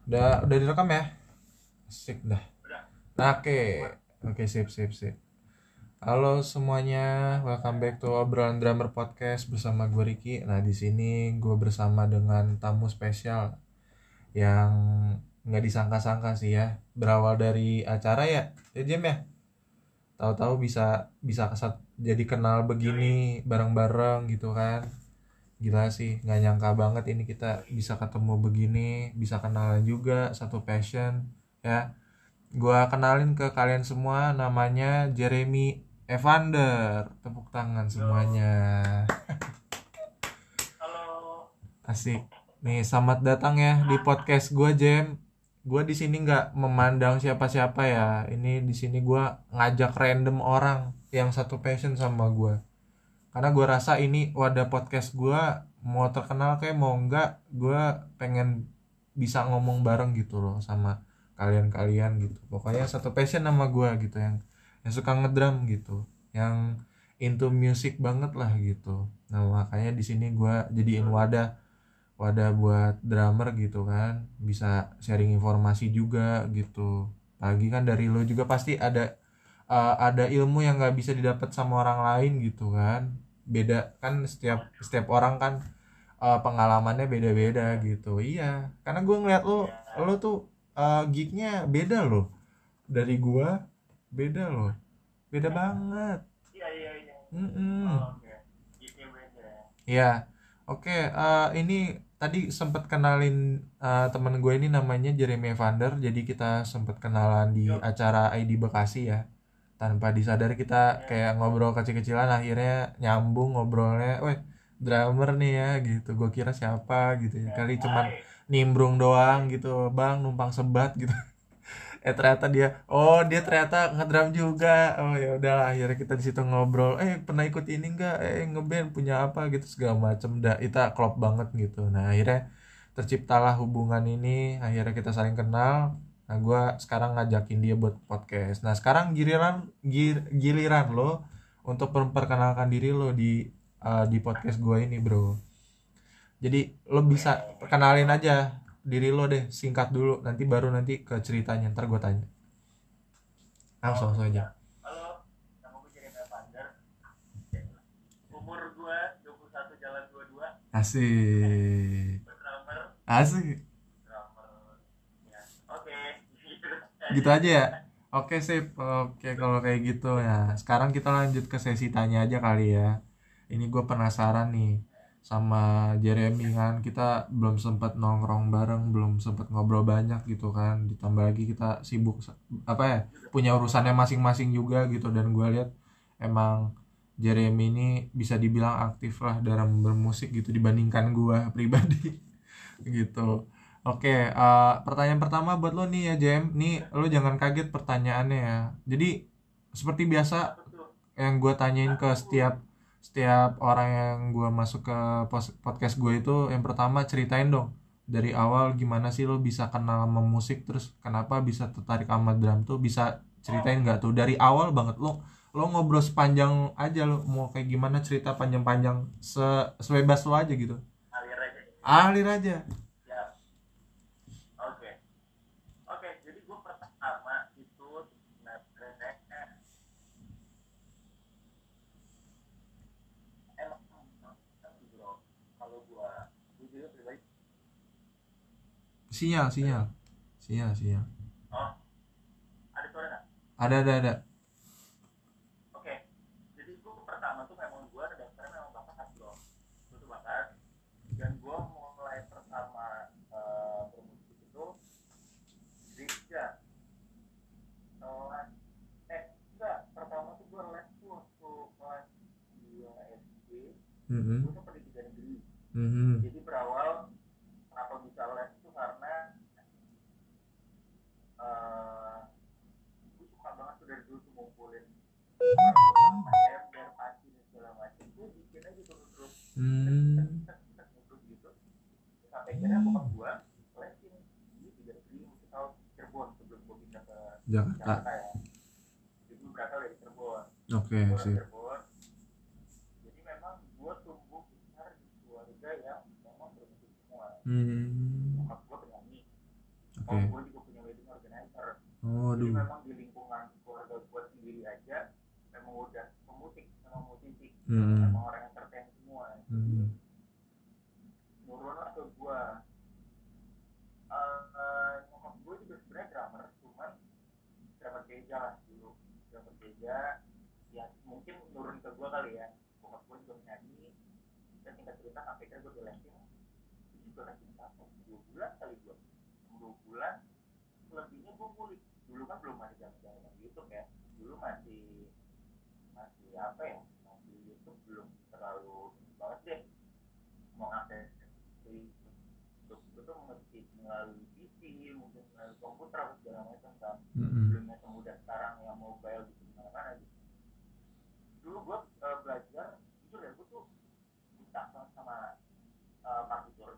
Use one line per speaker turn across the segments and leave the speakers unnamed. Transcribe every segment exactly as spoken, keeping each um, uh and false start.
Udah udah direkam ya? Asik dah.
Udah.
Nah, oke. Oke, sip sip sip. Halo semuanya, welcome back to obrolan drummer podcast bersama gue Ricky. Nah, di sini gue bersama dengan tamu spesial yang nggak disangka-sangka sih ya. Berawal dari acara ya, ya Jem ya. Tahu-tahu bisa bisa kesat, jadi kenal begini bareng-bareng gitu kan. Gila sih, nggak nyangka banget ini kita bisa ketemu begini, bisa kenalan juga, satu passion ya. Gua kenalin ke kalian semua, namanya Jeremy Evander. Tepuk tangan semuanya.
Halo.
Asik. Nih, selamat datang ya di podcast gua, Jem. Gua di sini nggak memandang siapa-siapa ya. Ini di sini gua ngajak random orang yang satu passion sama gua. Karena gua rasa ini wadah podcast gua, mau terkenal kayak mau enggak, gua pengen bisa ngomong bareng gitu loh sama kalian-kalian gitu. Pokoknya satu passion sama gua gitu, yang yang suka ngedrum gitu, yang into music banget lah gitu. Nah, makanya di sini gua jadiin wadah wadah buat drummer gitu kan, bisa sharing informasi juga gitu. Lagi kan dari lo juga pasti ada uh, ada ilmu yang nggak bisa didapat sama orang lain gitu kan. Beda kan, setiap setiap orang kan uh, pengalamannya beda-beda gitu. Iya, karena gue ngeliat lo
Ya.
lo tuh uh, gignya beda loh dari gua, beda loh, beda banget.
Iya, iya, iya.
Mm-mm.
Oh, oke. Gitu beda.
Ya, oke. eh, ini tadi sempat kenalin eh, temen gue ini namanya Jeremy Evander. Jadi kita sempat kenalan di
Yuk.
acara I D Bekasi ya. Tanpa disadari kita
Ya.
kayak ngobrol kecil-kecilan, akhirnya nyambung ngobrolnya. Weh, drummer nih ya gitu. Gue kira siapa gitu ya.
Ya.
Kali cuman
Hai.
nimbrung doang gitu, bang numpang sebat gitu. Eh ternyata dia, oh dia ternyata ngedrum juga. Oh ya udahlah, akhirnya kita di situ ngobrol, eh pernah ikut ini enggak, eh ngeband punya apa gitu segala macem. Dah kita klop banget gitu. Nah akhirnya terciptalah hubungan ini, akhirnya kita saling kenal. Nah gue sekarang ngajakin dia buat podcast. Nah sekarang giliran gir, giliran lo untuk memperkenalkan diri lo di uh, di podcast gue ini bro. Jadi lo bisa
Oke.
perkenalin aja diri lo deh, singkat dulu, nanti baru nanti ke ceritanya, ntar gue tanya. Langsung
Oke,
langsung aja.
siap. Halo. Nama gue Jeremy Evander. Umur gue dua puluh satu jalan dua puluh dua.
Asik.
Drummer.
Asik.
Drummer. Ya. Oke. Gitu
Gitu
aja.
aja ya. Oke sip. Oke kalau kayak gitu ya. Sekarang kita lanjut ke sesi tanya aja kali ya. Ini gue penasaran nih sama Jeremy kan. Kita belum sempat nongkrong bareng, belum sempat ngobrol banyak gitu kan. Ditambah lagi kita sibuk apa ya? Punya urusannya masing-masing juga gitu, dan gue lihat emang Jeremy ini bisa dibilang aktif lah dalam bermusik gitu dibandingkan gue pribadi gitu. Oke, eh, pertanyaan pertama buat lo nih ya Jem. Nih lo jangan kaget pertanyaannya ya. Jadi seperti biasa
Apa tuh?
yang gue tanyain ke
Apa
setiap
tuh?
setiap orang yang gue masuk ke pos- podcast gue itu, yang pertama ceritain dong dari awal gimana sih lo bisa kenal sama musik, terus kenapa bisa tertarik sama drum tuh, bisa ceritain nggak tuh dari awal banget lo lo ngobrol sepanjang aja, lo mau kayak gimana cerita panjang-panjang se sebebas lo aja gitu.
Alir aja.
Alir aja.
Siap. Oke. Oke, jadi gue pertama itu sebenarnya emang bro, kalau gue jujur pribadi.
Sinyal, sinyal.
Halo.
Sinyal, sinyal.
Oh, ada suara nggak?
Ada, ada, ada.
Oke, jadi gue pertama tuh memang gue daftarnya memang bakat bro, gue tuh bakat, dan gue mulai pertama eh, bermusik itu di ya kelas eh enggak, pertama tuh gue les tuh waktu kelas dua S D. Gue
Mhm.
tuh pendidikan negeri.
Mhm.
Jadi berawal kenapa bisa les itu karena eh gue suka banget tuh dari dulu tuh ngumpulin kotak ember, panci dan segala macam. Gue bikin aja tuh grup, tek tek
Hmm.
tek tek grup gitu. Sampai akhirnya bokap gue lesin di tiga negeri musik tahun Cirebon sebelum gue pindah ke
Jakarta.
Jakarta ya. Jadi gue berasal dari Cirebon.
Oke,
Gue orang
sip.
Cirebon. Jadi memang gue tumbuh besar di keluarga yang memang bermusik semua.
Hmm.
Bokap gue penyanyi,
Oke.
gue juga punya wedding organizer.
Oh,
Jadi
aduh.
memang di lingkungan keluarga gue sendiri aja memang udah pemusik, memang musisi,
Hmm.
memang orang entertain semua. Jadi
Hmm.
nurunlah ke gue. Uh, nyokap gue juga sebenarnya drummer, cuman drummer gereja lah dulu, drummer gereja. Ya mungkin nurun ke gue kali ya. Bokap gue juga nyanyi. Dan singkat cerita sampai akhirnya gue dilesin. Itu juga lesin apa? Dua bulan kali gue. Dua bulan. Selebihnya gue kulik. Dulu kan belum ada jalan-jalan YouTube ya. Dulu masih masih apa ya? Masih YouTube belum terlalu banget deh. Mau ngakses di YouTube itu tuh mesti melalui P C, mungkin melalui komputer atau segala macam kan.
Mm-hmm.
Belumnya semudah sekarang yang mobile gitu mana-mana gitu. Dulu gue uh, belajar, jujur ya, gue tuh buta banget sama uh, partitur.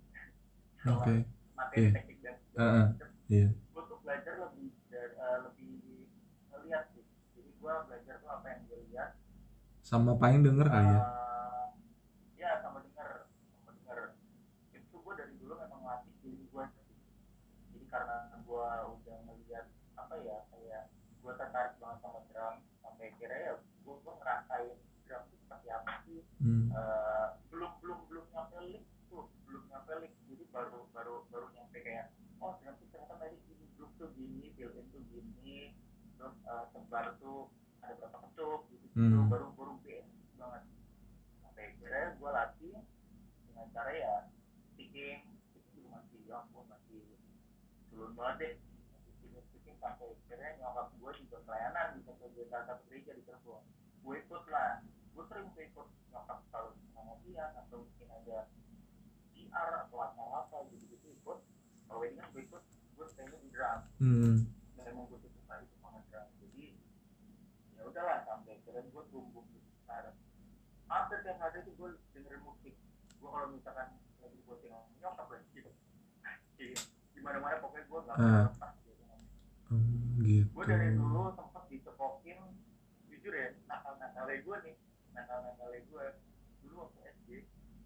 Oke.
Materi
Iya.
teknik dan segala
Uh-uh.
macam.
Iya.
Gue tuh belajar lebih uh, lebih ngeliat sih. Jadi gue belajar tuh apa yang gue lihat.
Sama paling denger kali ya.
Uh, ya sama denger, sama denger. Itu gue dari dulu memang ngelatih diri gue. Jadi karena gue udah ngeliat apa ya, kayak gue tertarik banget sama drum sampai akhirnya ya gue gue ngerasain drum itu seperti apa sih.
Hmm.
Uh, belum belum belum nyampe lick tuh, belum nyampe lick. Jadi baru baru baru nyampe kayak oh drum tuh ternyata tadi gini, groove tuh gini, build-in tuh gini, terus uh, sebar tuh ada berapa ketuk gitu, gitu.
Hmm.
baru baru basic banget. Sampai akhirnya gue latih dengan cara ya picking, picking juga masih ya ampun masih turun banget deh. Speaking sampai akhirnya nyokap gue juga pelayanan di satu salah satu gereja di Cirebon. Gue ikut lah, gue sering tuh ikut nyokap kalau pengajian atau mungkin ada G R atau apa-apa gitu-gitu ikut. Kalau wedding kan gue ikut, gue stay-nya di drum.
Hmm.
Dan emang gue suka itu sama drum. Jadi ya udahlah sampai akhirnya gue tumbuh gitu sekarang. Hampir tiap hari itu gue dengerin musik. Gue kalau misalkan lagi buat yang nyokap lagi gitu. Di mana-mana pokoknya gue nggak pernah
Ah.
lepas.
Hmm, gitu.
Gue dari dulu sempat dicekokin, jujur ya, nakal-nakalnya gue nih, nakal-nakalnya gue dulu waktu S D,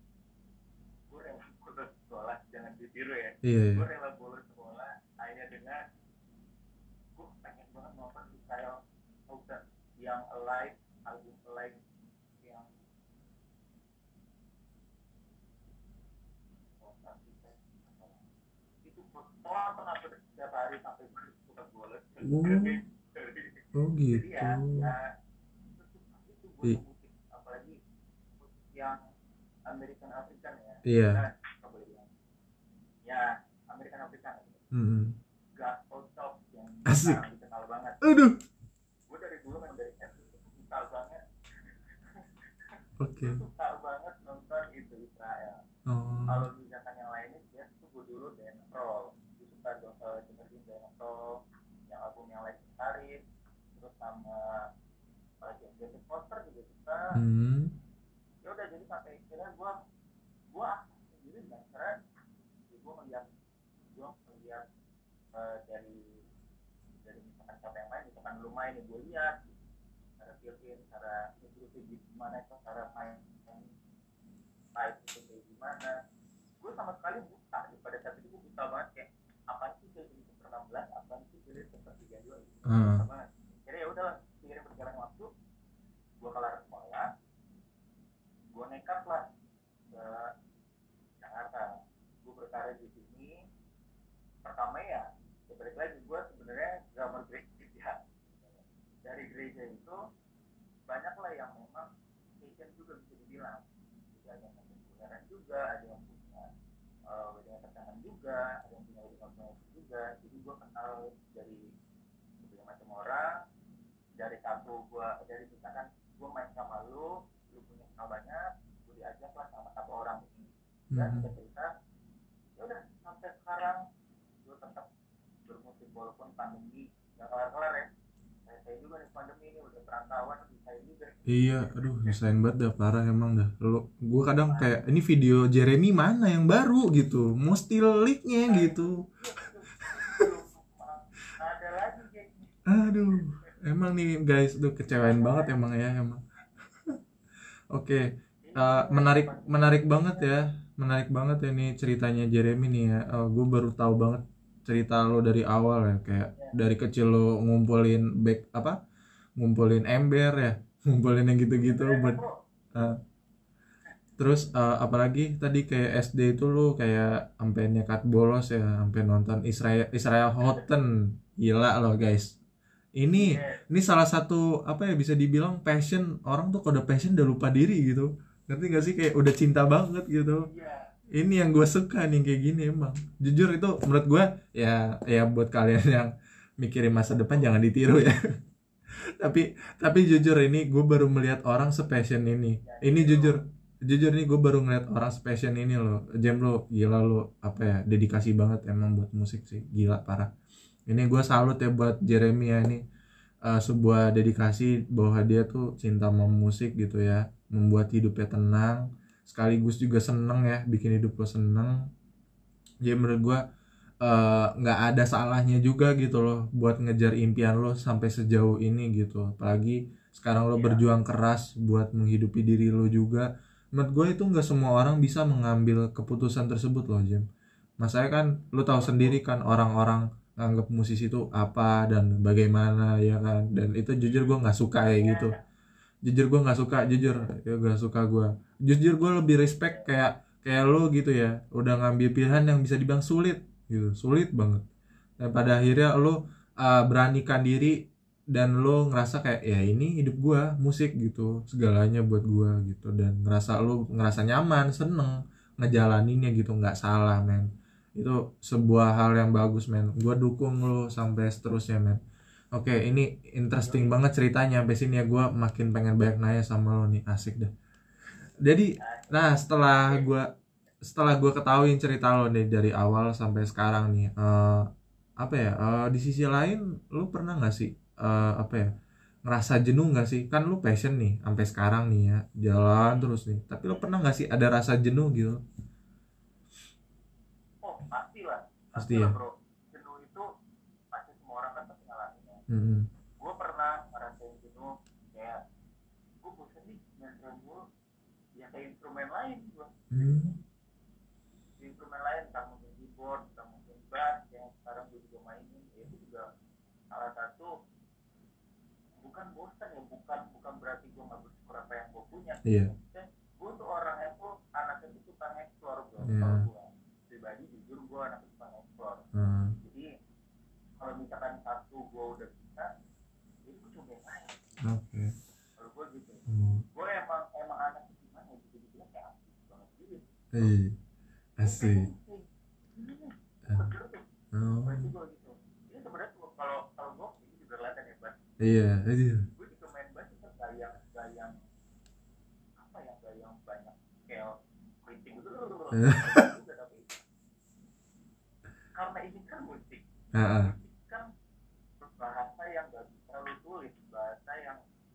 gue rela bolos sekolah, jangan ditiru ya.
Iya, iya.
Gue rela bolos sekolah hanya dengan gue pengen banget nonton di style Outer yang Alive, album Alive yang itu setelah pernah setiap hari sampai gue suka bolos.
Oh. Oh gitu.
Jadi ya, ya itu gue
I-
musik, apalagi musik yang American African ya.
Iya.
Nah, nggak boleh bilang. Ya, American African.
Mm-hmm.
Gospel top yang
Asik.
sekarang dikenal banget.
Aduh.
Gue dari dulu memang dari S D suka banget.
Oke.
Gue suka banget nonton itu Israel.
Oh.
Kalau misalkan yang lainnya ya itu gue dulu Dan Roll. Gue suka uh, dengerin Dan Roll yang album yang lain Tarik. Terus sama lagi uh, Jesse Foster juga suka.
Hmm.
Ya udah jadi sampai akhirnya gue gue sendiri dengan cara gue melihat gue melihat uh, dari dari misalkan siapa yang main misalkan lu main ya gue lihat cara feel-in, cara itu gimana itu cara main type itu kayak gimana. Gue sama sekali buta pada saat itu gue buta banget kayak apa sih jadi super enam belas apa sih jadi super tiga puluh dua gitu.
Uh.
Banget. Jadi ya udah seiring berjalan waktu gue kelar sekolah gue nekat lah ke Jakarta. Gue berkarir di sini. Pertama ya balik lagi gue sebenarnya drummer gereja. Dari gereja itu banyak lah yang memang station juga bisa dibilang. Jadi ada yang punya kuliahan juga, ada yang punya uh, wedding entertainment juga, ada yang punya wedding organizer juga. Jadi gue kenal dari berbagai macam orang. Dari satu gue dari misalkan gue main sama lu, lu punya kenal banyak, gue diajak lah sama satu orang ini. Dan kita cerita, ya udah sampai sekarang gue tetap bermusik walaupun pandemi nggak kelar-kelar ya. Saya juga nih pandemi ini udah perantauan saya juga.
Iya, aduh nyusahin banget dah parah emang dah. Lo, gue kadang kayak ini video Jeremy mana yang baru gitu, mau steal leak-nya gitu.
Ada lagi kayak gitu.
Aduh, emang nih guys, tuh kecewain banget emang ya emang. Oke, uh, menarik menarik banget ya, menarik banget ya nih ceritanya Jeremy nih ya. Uh, gue baru tahu banget cerita lo dari awal ya, kayak dari kecil lo ngumpulin back apa ngumpulin ember ya, ngumpulin yang gitu-gitu buat uh, terus uh, apalagi tadi kayak S D itu lo kayak sampai nekat bolos ya, sampai nonton Israel Israel Houghton, gila lo guys. Ini ini salah satu apa ya, bisa dibilang passion orang tuh, kalau udah passion udah lupa diri gitu, ngerti gak sih, kayak udah cinta banget gitu. Ini yang gue suka nih kayak gini emang. Jujur itu menurut gue ya, ya buat kalian yang mikirin masa depan jangan ditiru ya. tapi tapi jujur ini gue baru melihat orang sepassion ini. Ini jujur jujur nih gue baru ngeliat orang sepassion ini loh. Jam lo gila lo, apa ya, dedikasi banget emang buat musik sih, gila parah. Ini gue salut ya buat Jeremy ya, ini uh, sebuah dedikasi bahwa dia tuh cinta sama musik gitu ya, membuat hidupnya tenang sekaligus juga seneng ya, bikin hidup lo seneng. Jadi menurut gue nggak uh, ada salahnya juga gitu loh buat ngejar impian lo sampai sejauh ini gitu. Apalagi sekarang lo yeah. berjuang keras buat menghidupi diri lo juga. Menurut gue itu nggak semua orang bisa mengambil keputusan tersebut loh Jem. Masanya kan lo tahu sendiri kan orang-orang nganggap musisi itu apa dan bagaimana ya kan, dan itu jujur gue nggak suka ya gitu. Jujur gue nggak suka, jujur ya gak suka gue. Jujur gue lebih respect kayak kayak lo gitu ya, udah ngambil pilihan yang bisa dibilang sulit gitu, sulit banget. Dan pada akhirnya lo uh, beranikan diri dan lo ngerasa kayak ya ini hidup gue, musik gitu, segalanya buat gue gitu, dan ngerasa lo ngerasa nyaman, seneng ngejalaninnya gitu, nggak salah men. Itu sebuah hal yang bagus men. Gue dukung lo sampai seterusnya men. Oke, ini interesting banget ceritanya sampai sini ya, gue makin pengen banyak nanya sama lo nih, asik dah. Jadi, nah setelah gue setelah gue ketahuin cerita lo nih dari awal sampai sekarang nih, uh, apa ya? Uh, di sisi lain, lo pernah nggak sih, uh, apa ya, ngerasa jenuh nggak sih? Kan lo passion nih sampai sekarang nih ya, jalan terus nih. Tapi lo pernah nggak sih ada rasa jenuh gitu?
Oh pasti lah,
pasti ya.
Bro.
Mm-hmm.
Gue pernah ngerasain jenuh, kayak gue bosan nih main drum mulu, ya kayak instrumen lain gue. Mm-hmm. Instrumen lain, entah mungkin keyboard, entah mungkin bass yang sekarang gue juga mainin, ya itu juga salah satu, bukan bosan ya, bukan bukan berarti gue nggak bersyukur apa yang gue punya.
Iya.
Yeah. Gue tuh orangnya tuh anaknya tuh suka nge-explore bro.
Yeah.
Kalau gue pribadi jujur gue anaknya suka nge-explore. Mm. Jadi kalau misalkan satu gue udah bisa, jadi gue coba yang lain.
Oke. Okay.
Kalau gue gitu,
mm.
gue emang emang anak gimana ya, gitu gitu kayak asik banget gitu.
Iya, asik.
Oh. Berarti gue gitu. Ini sebenarnya kalau kalau gue ini juga kelihatan ya bass.
Iya, iya.
Gue juga main bass itu gak yang gak yang apa ya, gak yang banyak scale keriting gitu. Tapi karena ini kan musik.
Heeh.
Bahasa yang gak bisa lu tulis, bahasa yang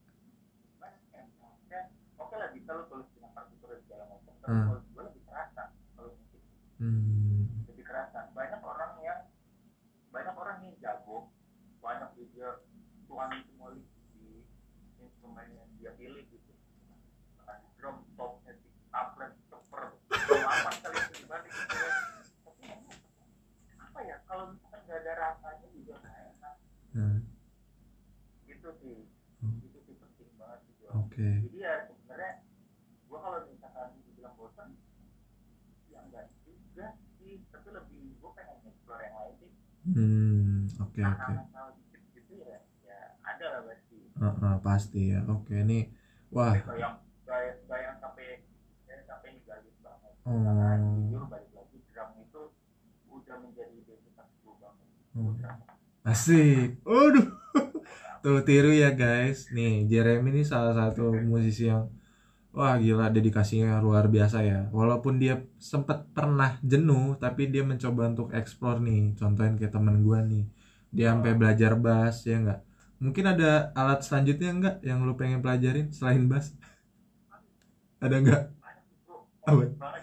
ya, oke lah bisa lu tulis dengan partitur segala macam, tapi hmm. kalau gue lebih kerasa kalau musik hmm. lebih kerasa. Banyak orang yang banyak orang yang jago, banyak juga tuan semua di instrumen yang dia pilih gitu, nah, drum, top, music, tablet, super, apa kali itu dibanding gitu. Tapi apa ya, kalau misalkan gak ada rasanya juga gak enak. Hmm. Itu sih, hmm. itu sih penting banget juga.
Okay.
Jadi ya sebenarnya gue kalau misalkan dibilang bosan, ya enggak juga sih, tapi lebih gue pengen explore yang lain sih.
Hmm, oke okay, oke.
Okay. Nah, gitu ya, ya ada lah pasti.
Uh, uh, pasti ya, oke okay, nih, wah.
Gak yang gak, gak yang sampai ya, sampai ninggalin banget. Oh. Karena jujur balik lagi drum itu udah menjadi identitas gue banget.
Hmm. Asik, aduh, tuh tiru ya guys. Nih Jeremy ini salah satu musisi yang wah gila, dedikasinya luar biasa ya. Walaupun dia sempat pernah jenuh, tapi dia mencoba untuk explore nih. Contohin kayak temen gue nih, dia sampai belajar bass ya enggak. Mungkin ada alat selanjutnya enggak yang lu pengen pelajarin selain bass? Ada enggak? Apa?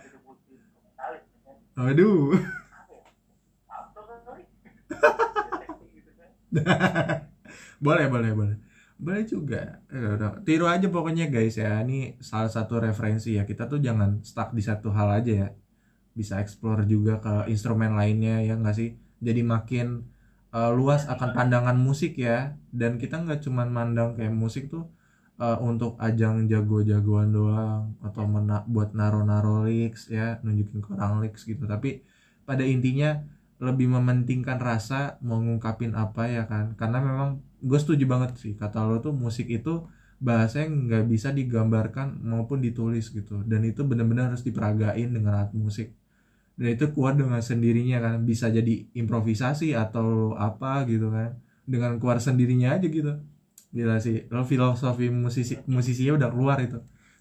Aduh. boleh boleh boleh boleh juga. Tiru aja pokoknya guys ya. Ini salah satu referensi ya, kita tuh jangan stuck di satu hal aja ya, bisa explore juga ke instrumen lainnya ya nggak sih. jadi makin uh, luas akan pandangan musik ya. Dan kita nggak cuman mandang kayak musik tuh uh, untuk ajang jago-jagoan doang atau mena- buat naro-naro lyrics ya, nunjukin ke orang lyrics gitu, tapi pada intinya lebih mementingkan rasa, mau ngungkapin apa ya kan. Karena memang gue setuju banget sih kata lo tuh, musik itu bahasanya nggak bisa digambarkan maupun ditulis gitu, dan itu benar-benar harus diperagain dengan alat musik, dan itu keluar dengan sendirinya kan, bisa jadi improvisasi atau apa gitu kan, dengan keluar sendirinya aja gitu. Gila sih lo, filosofi musisi musisinya udah keluar itu.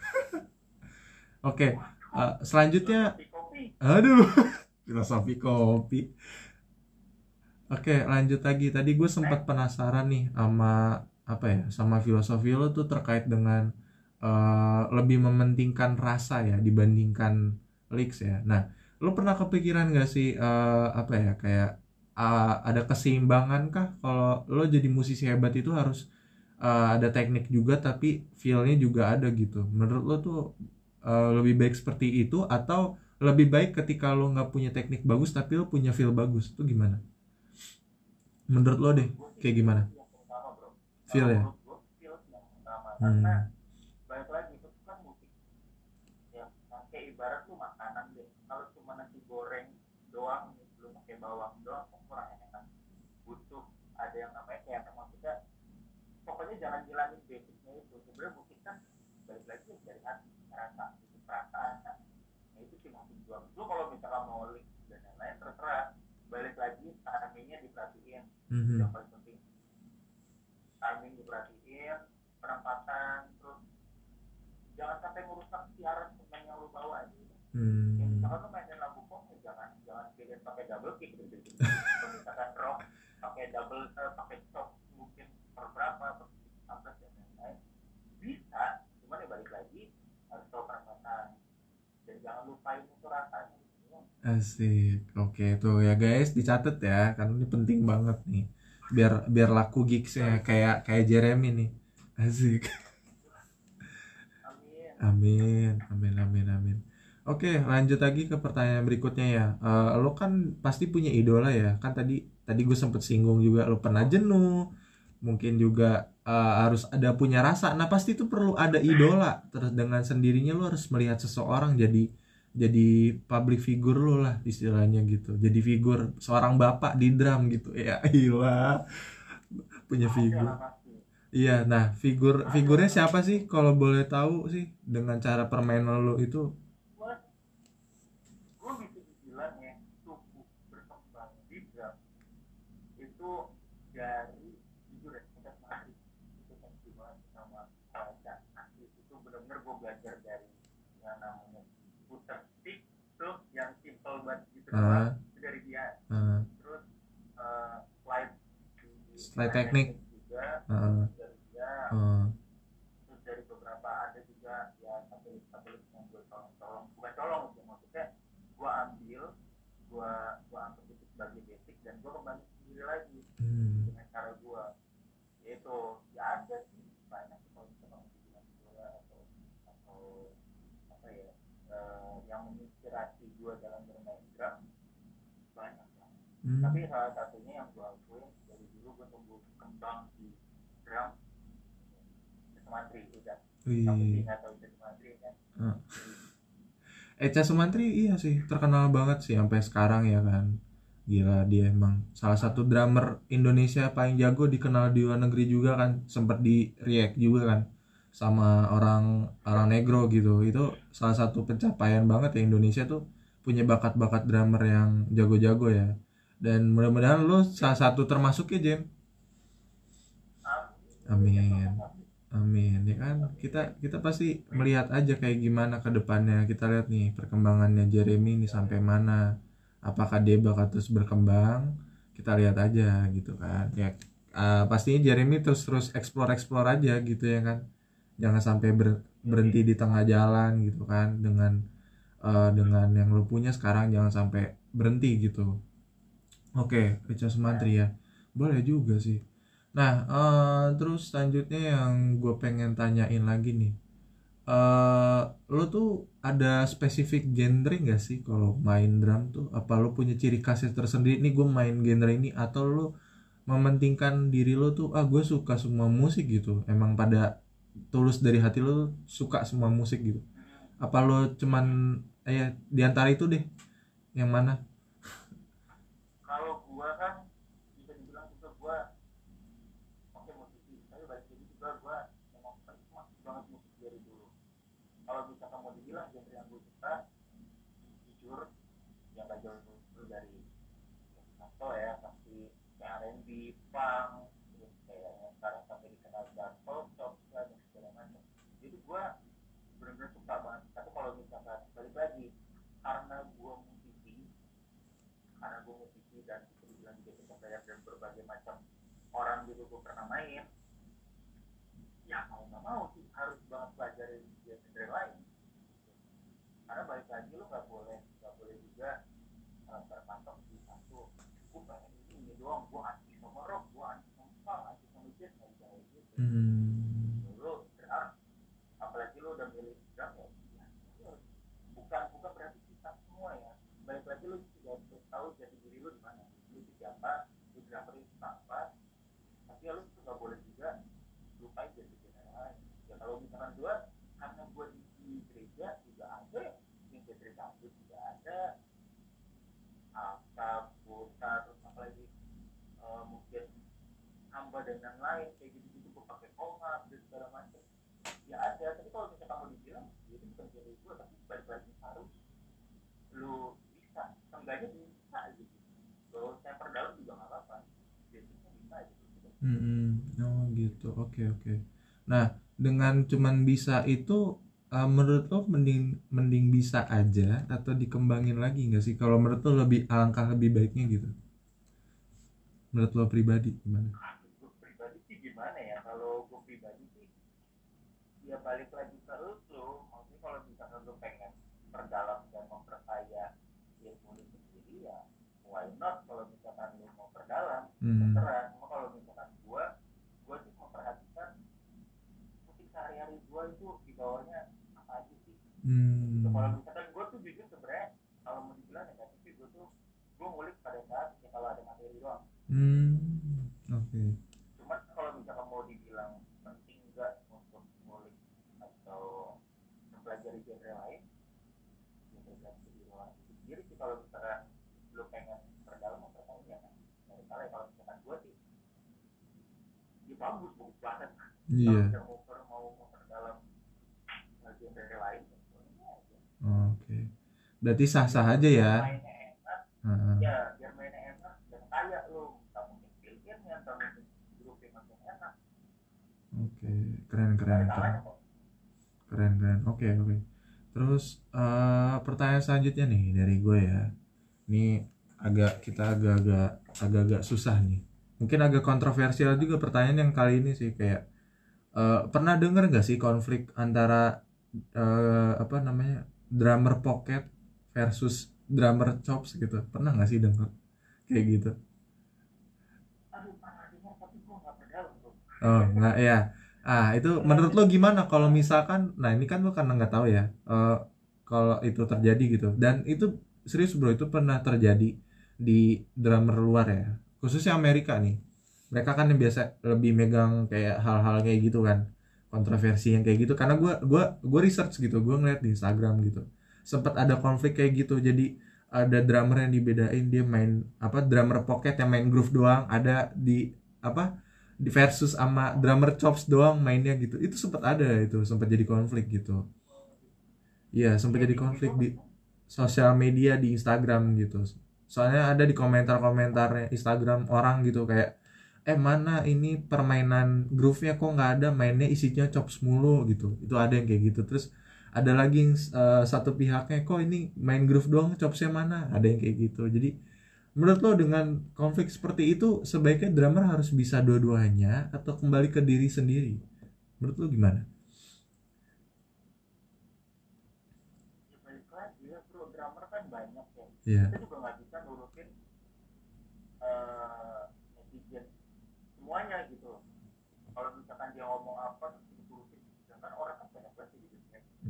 Oke, uh, selanjutnya aduh filosofi kopi. Oke, lanjut lagi. Tadi gue sempat penasaran nih sama apa ya, sama filosofi lo tuh terkait dengan uh, lebih mementingkan rasa ya dibandingkan lyrics ya. Nah, lo pernah kepikiran gak sih uh, apa ya, kayak uh, ada keseimbangan kah kalau lo jadi musisi hebat itu harus uh, ada teknik juga tapi feel-nya juga ada gitu. Menurut lo tuh uh, lebih baik seperti itu atau lebih baik ketika lo nggak punya teknik bagus tapi lo punya feel bagus, itu gimana? Menurut lo deh, kayak gimana? Feel ya?
Karena balik lagi itu kan musik ya, kayak ibarat tuh makanan deh. Kalau cuma nasi goreng doang nih, belum pakai bawang doang, kok kurang enak. Butuh ada yang namanya kayak maksudnya, pokoknya jangan ngilangin basicnya itu. Sebenarnya musik kan balik lagi dari hati, rasa, itu perasaan. Nah itu sih musik jual. Lu kalau misalnya mau lick dan lain-lain terserah. Balik lagi timingnya diperhatiin, mm-hmm. yang paling penting timing diperhatiin, penempatan, terus jangan sampai merusak siaran pemain yang lu bawa aja. Hmm. Ya, misalkan lu mainin lagu pop, ya jangan jangan pilih pakai double kick gitu. Kalau misalkan rock pakai double, uh, pakai chop mungkin per berapa, per sampai dan lain-lain bisa, cuman ya balik lagi harus tahu penempatan dan jangan lupain itu rasanya.
Asik. Oke tuh ya guys, dicatat ya, karena ini penting banget nih, biar biar laku gigsnya kayak kayak Jeremy nih. Asik. Amin, amin, amin, amin. Oke, lanjut lagi ke pertanyaan berikutnya ya. Uh, lo kan pasti punya idola ya, kan tadi tadi gue sempet singgung juga lo pernah jenuh, mungkin juga uh, harus ada punya rasa. Nah pasti itu perlu ada idola. Terus dengan sendirinya lo harus melihat seseorang jadi jadi public figure lo lah istilahnya gitu, jadi figur seorang bapak di drum gitu ya. Gila, punya figur. Iya, nah figur figurnya siapa sih kalau boleh tahu sih, dengan cara permainan lo itu?
Gue bisa dibilang ya, tumbuh berkembang di drum itu dari jujur ya, kita masih itu kan cuma sama baca asli, itu benar-benar gue belajar dari yang namanya puter stick tuh, yang simple banget gitu uh, itu dari dia. Uh, terus uh, slide
slide teknik
juga
uh,
dari dia.
Uh.
Terus dari beberapa ada juga ya satelit-satelit yang gue colong-colong, bukan colong ya, maksudnya gue ambil, gue gue ambil itu sebagai basic dan gue kembali sendiri lagi hmm. dengan cara gue, yaitu ya ada sih banyak kalau misalnya bilang bola atau atau apa ya, uh, yang menginspirasi gue dalam bermain drum banyak lah. Hmm. Tapi salah satunya yang gue akuin dari dulu gue tumbuh kembang di drum Sumantri udah. Tapi sih nggak tahu itu Sumantri kan. Uh.
Echa Sumantri iya sih terkenal banget sih sampai sekarang ya kan. Gila, dia emang salah satu drummer Indonesia paling jago, dikenal di luar negeri juga kan, sempat di react juga kan sama orang orang negro gitu. Itu salah satu pencapaian banget ya, Indonesia tuh punya bakat-bakat drummer yang jago-jago ya. Dan mudah-mudahan lo salah satu termasuk ya, Jem. Amin. Amin ya kan, kita kita pasti melihat aja kayak gimana ke depannya. Kita lihat nih perkembangannya Jeremy ini sampai mana, apakah dia bakal terus berkembang, kita lihat aja gitu kan ya. Uh, pastinya Jeremy terus terus explore explore aja gitu ya kan, jangan sampai ber, berhenti di tengah jalan gitu kan. Dengan uh, dengan yang lu punya sekarang jangan sampai berhenti gitu. Oke, Echa Sumantri ya, boleh juga sih. Nah, uh, terus selanjutnya yang gue pengen tanyain lagi nih, eh lo tuh ada spesifik genre nggak sih kalau main drum tuh? Apa lo punya ciri khasnya tersendiri? Nih gue main genre ini, atau lo mementingkan diri lo tuh, ah gue suka semua musik gitu. Emang pada tulus dari hati lo suka semua musik gitu. Apa lo cuman eh di antara itu deh, yang mana?
Kalau gua kan bisa dibilang juga gua oke musisi, tapi balik lagi juga gua memang penikmat banget musik dari dulu. Kalau misalkan mau dibilang genre yang gue suka, jujur yang gak jauh dari atau ya pasti kayak R and B, punk, terus kayak yang sekarang sampai dikenal gospel, pop, dan segala macam. Jadi gue benar-benar suka banget. Tapi kalau misalkan balik lagi, karena gue musisi, karena gue musisi dan bisa dibilang juga suka banyak dan berbagai macam orang gitu gue pernah main, ya mau nggak mau sih harus banget pelajarin genre lain. Karena balik lagi lo nggak boleh nggak boleh juga uh, terpatok di satu. Gue pengen ini, ini doang, gue anti sama rock, gue anti sama punk, anti sama jazz, nggak bisa kayak gitu.
Hmm.
Lo berarti apalagi lo udah milih drum ya, ya lo bukan bukan berarti kita semua ya. Balik lagi lo juga harus tahu jati diri lo di mana. Lo itu siapa, lo drummer itu apa. Tapi ya lo tuh nggak boleh juga lupain jati diri yang lain. Ya kalau misalkan gue, karena gue di, di gereja juga ada yang jadi dangdut juga ada, apa buta, terus apalagi uh, mungkin hamba dan lain-lain kayak gitu-gitu gue pakai koma dan segala macam ya ada. Tapi kalau misalnya kamu dibilang ya itu bukan jadi gue, tapi balik lagi harus lu bisa enggaknya bisa gitu. Lo saya perdalam juga nggak apa-apa, basicnya bisa gitu.
Hmm. Oh gitu, oke oke. Nah, dengan cuman bisa itu, uh, menurut lo mending mending bisa aja atau dikembangin lagi nggak sih? Kalau menurut lo lebih alangkah lebih baiknya gitu. Menurut lo pribadi gimana?
Ah, gue pribadi sih gimana ya, kalau gue pribadi sih ya balik lagi ke lu. Maksudnya kalau misalkan lu pengen perdalam dan memperkaya ilmu lu sendiri ya why not. Kalau misalkan lu mau perdalam
Hmm.
terserah. Cuma kalau misalkan gua gua sih memperhatikan musik sehari-hari gua itu di bawahnya apa aja sih gitu. Kalau
Hmm.
misalkan gua tuh jujur sebenarnya kalau mau dibilang negatif sih gua tuh gua ngulik pada saat ya kalau ada materi doang.
Hmm. Oke.
Cuma kalau misalkan mau dibilang penting nggak untuk ngulik atau mempelajari genre lain ya tergantung diri orang itu sendiri sih. Kalau misalkan lu pengen perdalam memperdalam ya kan dari kalian. Kalau misalkan gue sih ya bagus bagus banget. Kalau
Iya.
misalkan mau per, mau memperdalam genre lain ya boleh aja.
Oke. Berarti sah-sah
Biar
aja
biar
ya.
mainnya enak,
Heeh.
ya biar mainnya enak dan kaya lu tak mungkin filmnya tak mungkin grup yang makin enak
Oke, keren
nggak
keren
ada
keren.
kalahnya kok.
Keren keren. Oke oke. Terus eh, pertanyaan selanjutnya nih dari gue ya. Ini agak kita agak-agak agak-agak susah nih. Mungkin agak kontroversial juga pertanyaan yang kali ini sih, kayak eh, pernah denger nggak sih konflik antara eh, apa namanya, drummer pocket versus drummer chops gitu? Pernah nggak sih denger kayak gitu?
Aduh pernah dengar tapi gue nggak perdalam tuh.
Oh nggak ya. Ah itu
Pernah
menurut lo
dengar
gimana
tapi
kalau
gue
misalkan, nah ini kan lo karena nggak tahu ya, eh, kalau itu terjadi gitu, dan itu serius bro, itu pernah terjadi di drummer luar ya, khususnya Amerika nih. Mereka kan yang biasa lebih megang kayak hal-hal kayak gitu kan, kontroversi yang kayak gitu. Karena gue gua gue research gitu, gue ngeliat di Instagram gitu, sempat ada konflik kayak gitu. Jadi ada drummer yang dibedain, dia main apa, drummer pocket yang main groove doang, ada di apa, di versus sama drummer chops doang mainnya gitu. Itu sempat ada, itu sempat jadi konflik gitu. Iya, sempat
ya
jadi
di
konflik
itu
di sosial media, di Instagram gitu. Soalnya ada di komentar-komentarnya Instagram orang gitu kayak, eh mana ini permainan groove-nya kok nggak ada, mainnya isinya chops mulu gitu. Itu ada yang kayak gitu. Terus ada lagi yang uh, satu pihaknya, kok ini main groove doang, chopsnya mana, ada yang kayak gitu. Jadi menurut lo dengan konflik seperti itu, sebaiknya drummer harus bisa dua-duanya atau kembali ke diri sendiri? Menurut lo gimana?
ya balik lagi ya bro, drummer kan banyak ya.
Iya.
Kita juga nggak bisa nurutin uh, netizen semuanya gitu. Kalau misalkan dia ngomong apa terus diturutin, sedangkan orang kan banyak banget jadi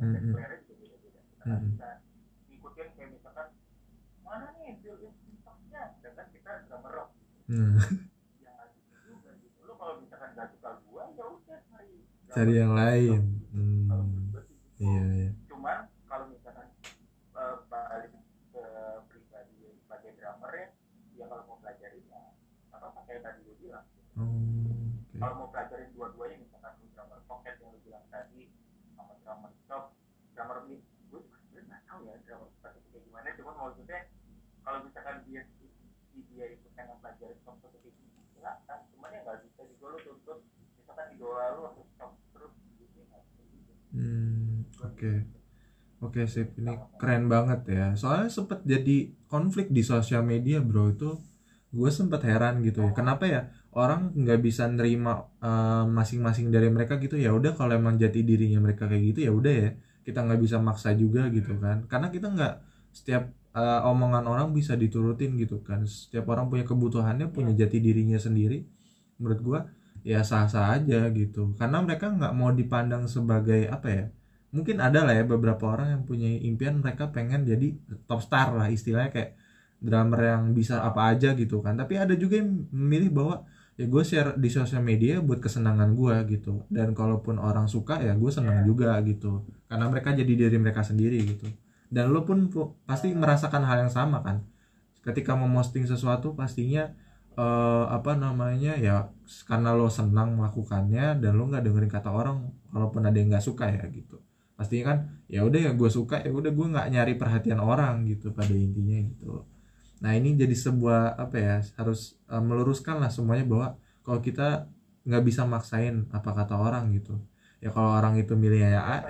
dan
Mm-mm.
selera juga beda-beda. Kita nggak
Mm-mm.
bisa ngikutin kayak misalkan mana nih build-in TikToknya, sedangkan kita drummer rock.
Nah,
Ya nggak gitu juga gitu. Lu kalau misalkan nggak suka gua, ya udah cari
cari
drummer
yang
yang
lain.
cocok gitu. Kalau menurut
Hmm.
gua sih gitu.
Iya, iya.
Cuman kalau misalkan uh, balik ke pribadi sebagai drummer ya, ya kalau mau pelajarin ya apa pakai tadi gue bilang.
Oh, oke.
Kalau mau pelajarin dua-duanya misalkan lu drummer pocket yang lu bilang tadi sama drummer stop, drummer mid, gue juga sebenarnya nggak tahu ya drummer stop itu kayak gimana. Cuma maksudnya kalau misalkan dia si dia itu pengen pelajarin stop stop kayak gitu, silakan. Cuman ya nggak bisa juga lu tuntut misalkan idola lu harus stop terus gitu nggak bisa gitu.
Hmm, oke. Oke sip, ini keren banget ya. Soalnya sempet jadi konflik di sosial media bro, itu gue sempet heran gitu ya. Kenapa ya orang nggak bisa nerima uh, masing-masing dari mereka gitu ya. Udah kalau emang jati dirinya mereka kayak gitu ya udah ya. Kita nggak bisa maksa juga gitu kan. Karena kita nggak setiap uh, omongan orang bisa diturutin gitu kan. Setiap orang punya kebutuhannya, punya jati dirinya sendiri. Menurut gue ya sah-sah aja gitu. Karena mereka nggak mau dipandang sebagai apa ya. Mungkin ada lah ya beberapa orang yang punya impian mereka pengen jadi top star lah istilahnya, kayak drummer yang bisa apa aja gitu kan. Tapi ada juga yang memilih bahwa ya gue share di sosial media buat kesenangan gue gitu, dan kalaupun orang suka ya gue senang juga gitu karena mereka jadi diri mereka sendiri gitu. Dan lo pun pasti merasakan hal yang sama kan ketika memosting sesuatu, pastinya eh, apa namanya ya karena lo senang melakukannya dan lo nggak dengerin kata orang walaupun ada yang nggak suka ya gitu. Pastinya kan ya udah ya gue suka, ya udah gue nggak nyari perhatian orang gitu pada intinya gitu. Nah ini jadi sebuah apa ya, harus uh, meluruskan lah semuanya bahwa kalau kita nggak bisa maksain apa kata orang gitu. Ya kalau orang itu milih ya A,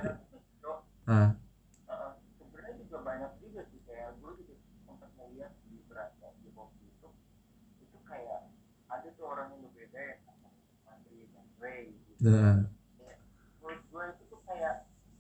nah
Uh, sebenarnya juga banyak juga sih kayak gue juga sempat melihat di beranda di waktu itu itu kayak ada tuh orang yang berbeda ya sama Andri dan Ray gitu.
nah
Ya, menurut gue itu tuh kayak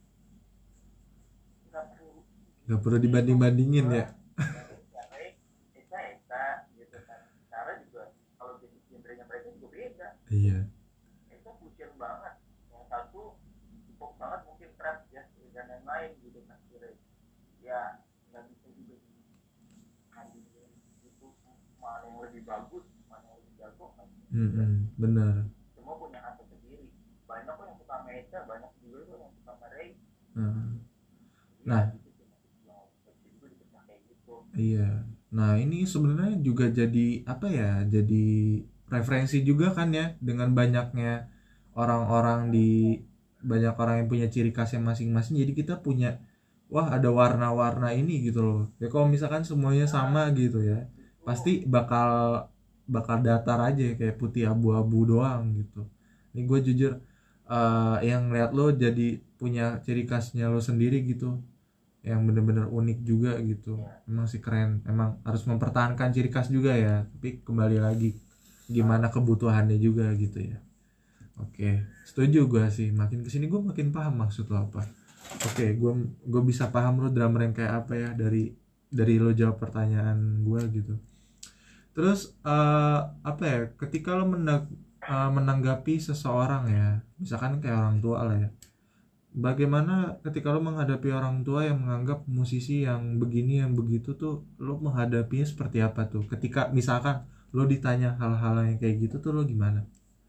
nggak perlu
nggak perlu dibanding bandingin ya.
ya Ray Eka Eka gitu kan. Cara juga kalau jenis genrenya mereka juga beda.
Iya.
Eka fusion banget, yang satu hip banget mungkin trap ya dan lain-lain gitu kan. Ya nggak bisa juga dikandungin itu mana yang lebih bagus mana yang lebih jago kan.
Mm-mm, benar.
Semua punya khasnya sendiri, banyak kok yang suka Mecha, banyak juga kok yang suka Ray.
Nah,
Jadi
nah
ya, gitu sih maksud juga dipecah kayak gitu.
iya. Nah ini sebenarnya juga jadi apa ya? Jadi referensi juga kan ya dengan banyaknya orang-orang di banyak orang yang punya ciri khasnya masing-masing. Jadi kita punya wah ada warna-warna ini gitu loh. Ya kalau misalkan semuanya sama gitu ya, pasti bakal bakal datar aja kayak putih abu-abu doang gitu. Ini gue jujur eh, yang lihat lo jadi punya ciri khasnya lo sendiri gitu, yang bener-bener unik juga gitu. Emang sih keren, emang harus mempertahankan ciri khas juga ya, tapi kembali lagi gimana kebutuhannya juga gitu ya. Oke, setuju gue sih, makin kesini gue makin paham maksud lo apa. Oke, gue gue bisa paham lo drummer yang kayak apa ya dari dari lo jawab pertanyaan gue gitu. Terus eh, apa ya, ketika lo menang, eh, menanggapi seseorang ya, misalkan kayak orang tua lah ya, bagaimana ketika lo menghadapi orang tua yang menganggap musisi yang begini yang begitu tuh, lo menghadapinya seperti apa tuh? Ketika misalkan lo ditanya hal-hal yang kayak gitu tuh lo gimana?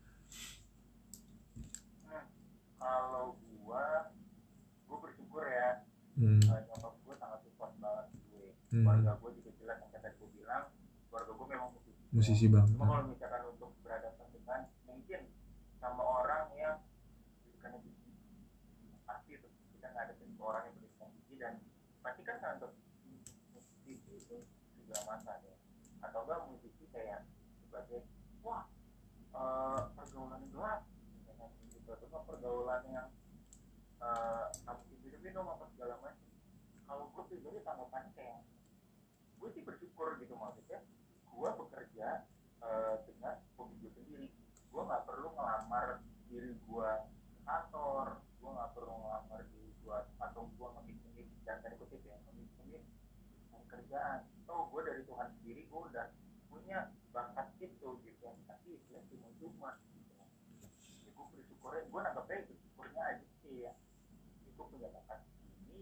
Hmm, kalau gua gua bersyukur ya.
Hmm.
Uh, nyokap gua sangat support banget gue.
Hmm.
Keluarga gua juga jelas yang tadi gua bilang, keluarga gua memang musisi.
Musisi banget.
Cuma kalau misalkan untuk berhadapan dengan mungkin sama orang yang bukannya pasti itu kita ngadepin ke orang yang berikan gigi dan pasti kan nganggap musisi itu juga masa ya, atau enggak musisi kayak sebagai wah uh, pergaulan gelap gitu, atau pergaulan yang uh, harus hidupin dong apa segala macam. Kalau gue pribadi tanggapannya kayak gue sih bersyukur gitu, maksudnya gue bekerja uh, dengan hobi gue sendiri. Gue nggak perlu ngelamar diri gue kantor, gue nggak perlu ngelamar diri gue atau gue ngemit-ngemit dan tadi kutip ya ngemit-ngemit pekerjaan. Oh gue dari Tuhan sendiri gue udah punya bakat itu gitu yang tapi itu yang cuma-cuma gitu. Ya gue bersyukurnya, gue nanggapnya bersyukurnya aja sih ya, itu punya bakat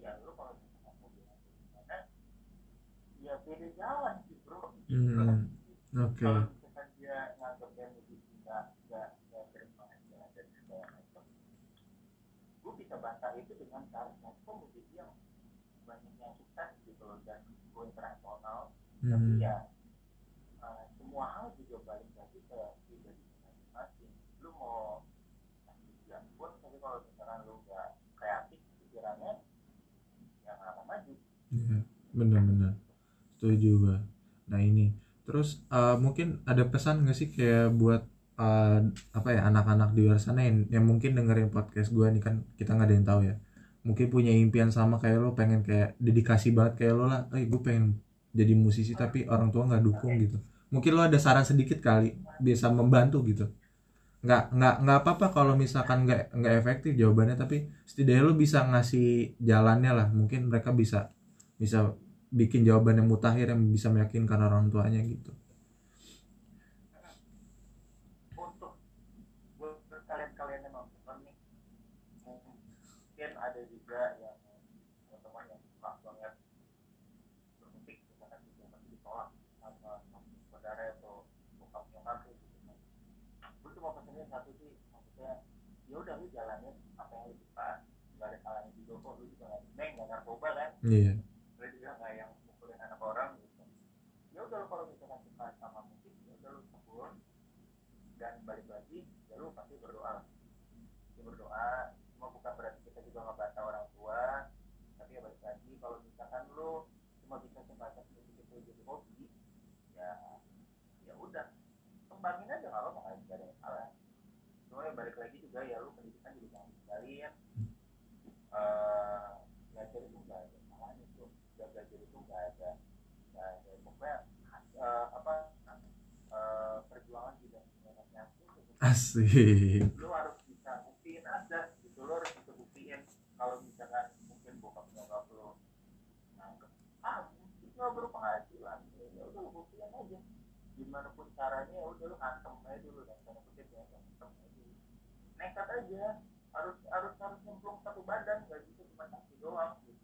ya lu kalau misalkan mau bilang gimana ya beda jalan sih bro.
Hmm, oke. Okay.
Kalau misalkan dia nganggap yang musik nggak nggak nggak berpenghasilan dan segala macam, gue bisa bantah itu dengan cara kok musik yang banyak yang sukses gitu loh dan go internasional. Hmm. Tapi ya uh, semua hal juga balik lagi ke pribadi masing-masing. Lu mau tujuan pun, tapi kalau misalkan lu nggak kreatif pikirannya, ya nggak akan maju.
Iya, benar-benar setuju gue. Nah ini, terus uh, mungkin ada pesan nggak sih kayak buat uh, apa ya anak-anak di luar sana yang, yang mungkin dengerin podcast gue nih, kan kita nggak ada yang tahu ya. Mungkin punya impian sama kayak lo, pengen kayak dedikasi banget kayak lo lah. Eh gue pengen jadi musisi tapi orang tua nggak dukung gitu. Mungkin lo ada saran sedikit kali bisa membantu gitu. Nggak nggak nggak apa-apa kalau misalkan nggak nggak efektif jawabannya, tapi setidaknya lo bisa ngasih jalannya lah. Mungkin mereka bisa bisa bikin jawaban yang mutakhir yang bisa meyakinkan orang tuanya gitu.
Untuk buat kalian-kalian yang nonton nih, mungkin ada juga yang teman-teman yang suka banget bermusik, misalkan juga masih ditolak sama saudara atau bokap nyokap gitu. Gue cuma pesannya satu sih, maksudnya ya udah lu jalanin apa yang lu suka, nggak ada salahnya juga kok. Lu juga nggak neng nggak narkoba kan.
Iya.
Lu juga nggak yang mukulin anak orang gitu. Ya udah lu kalau misalkan suka sama musik, ya udah lu tekun dan balik lagi ya lu pasti berdoa. Ya berdoa, cuma bukan berarti kita juga ngebantah orang tua, tapi ya balik lagi kalau misalkan lu cuma bisa sebatas musik itu jadi hobi, ya ya udah kembangin aja, kalau nggak ada yang salah. Cuma ya balik lagi juga ya lu pendidikan juga jangan tinggalin. Uh, belajar itu nggak ada salahnya tuh, belajar itu nggak ada nggak ada pokoknya uh, apa uh, perjuangan tidak sebenarnya
asik.
Lu harus bisa buktiin aja gitu, lu harus bisa buktiin. Kalau misalkan mungkin bokap nyokap lu nganggep ah itu nggak berpenghasilan, ya udah lu buktiin aja gimana pun caranya. Ya udah lu hantem aja dulu, dan tanda kutip ya hantem aja dulu, nekat aja. harus harus harus nyemplung satu badan, nggak gitu cuma kaki doang gitu.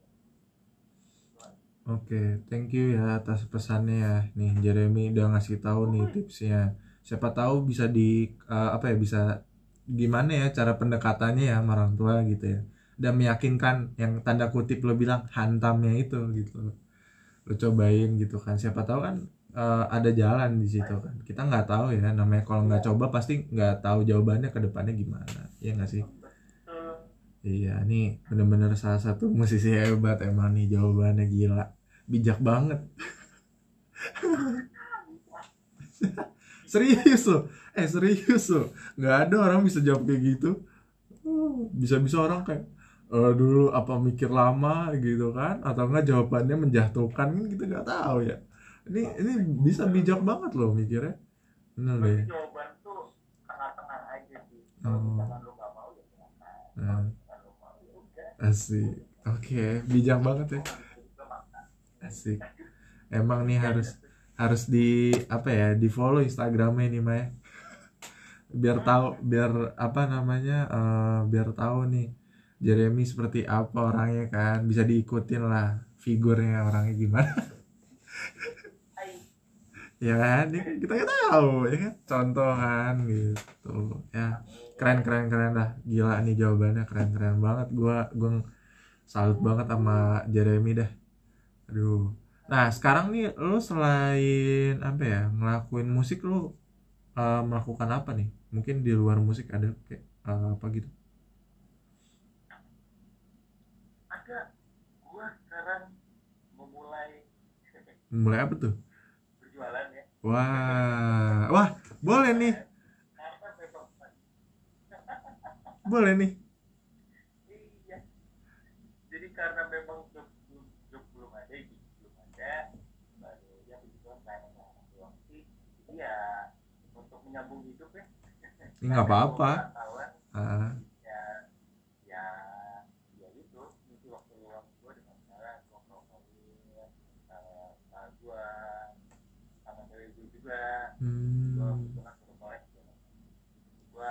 Oke, okay, thank you ya atas pesannya ya. Nih Jeremy udah ngasih tahu nih tipsnya. Siapa tahu bisa di uh, apa ya bisa gimana ya cara pendekatannya ya sama orang tua gitu ya. Dan meyakinkan yang tanda kutip lo bilang hantamnya itu gitu. Lo cobain gitu kan. Siapa tahu kan uh, ada jalan di situ kan. Kita nggak tahu ya, namanya kalau nggak coba pasti nggak tahu jawabannya ke depannya gimana. Iya nggak sih? Iya, nih bener-bener salah satu musisi hebat emang nih, jawabannya gila, bijak banget. Serius loh, eh serius loh, nggak ada orang bisa jawab kayak gitu. Bisa-bisa orang kayak uh, dulu apa mikir lama gitu kan, atau enggak jawabannya menjatuhkan kan, kita nggak tahu ya. Ini ini bisa bijak banget loh mikirnya. Bener deh.
Jawaban tuh tengah-tengah aja sih. Kalau misalkan lu nggak mau ya silakan.
Nah. Asik, oke, okay. Bijak banget ya. Asik. Emang nih harus harus di apa ya, di follow Instagramnya nih Maya. Biar tahu, biar apa namanya, uh, biar tahu nih Jeremy seperti apa orangnya kan, bisa diikutin lah figurnya orangnya gimana. Ya kan, ya, kita nggak tahu ya kan, contoh kan gitu ya. Keren keren keren dah, gila nih jawabannya keren keren banget. Gua gue salut banget sama Jeremy dah. Aduh. Nah sekarang nih lo selain apa ya ngelakuin musik, lo uh, melakukan apa nih? Mungkin di luar musik ada kayak uh, apa gitu?
Ada. Gua sekarang memulai.
Memulai apa tuh?
Berjualan ya.
Wah, wah boleh nih. Boleh nih.
Iya. Jadi karena memang job, job belum ada, gitu belum ada, baru ya begitu kan doang sih. Iya, untuk menyambung hidup ya.
Ini nggak apa-apa.
Uh. Ya, ya, ya itu. Itu waktu luang gue dengan cara ngobrol-ngobrolin, uh, uh, gue sama cewek gue juga. Hmm. Gue bukan ngomongin gue.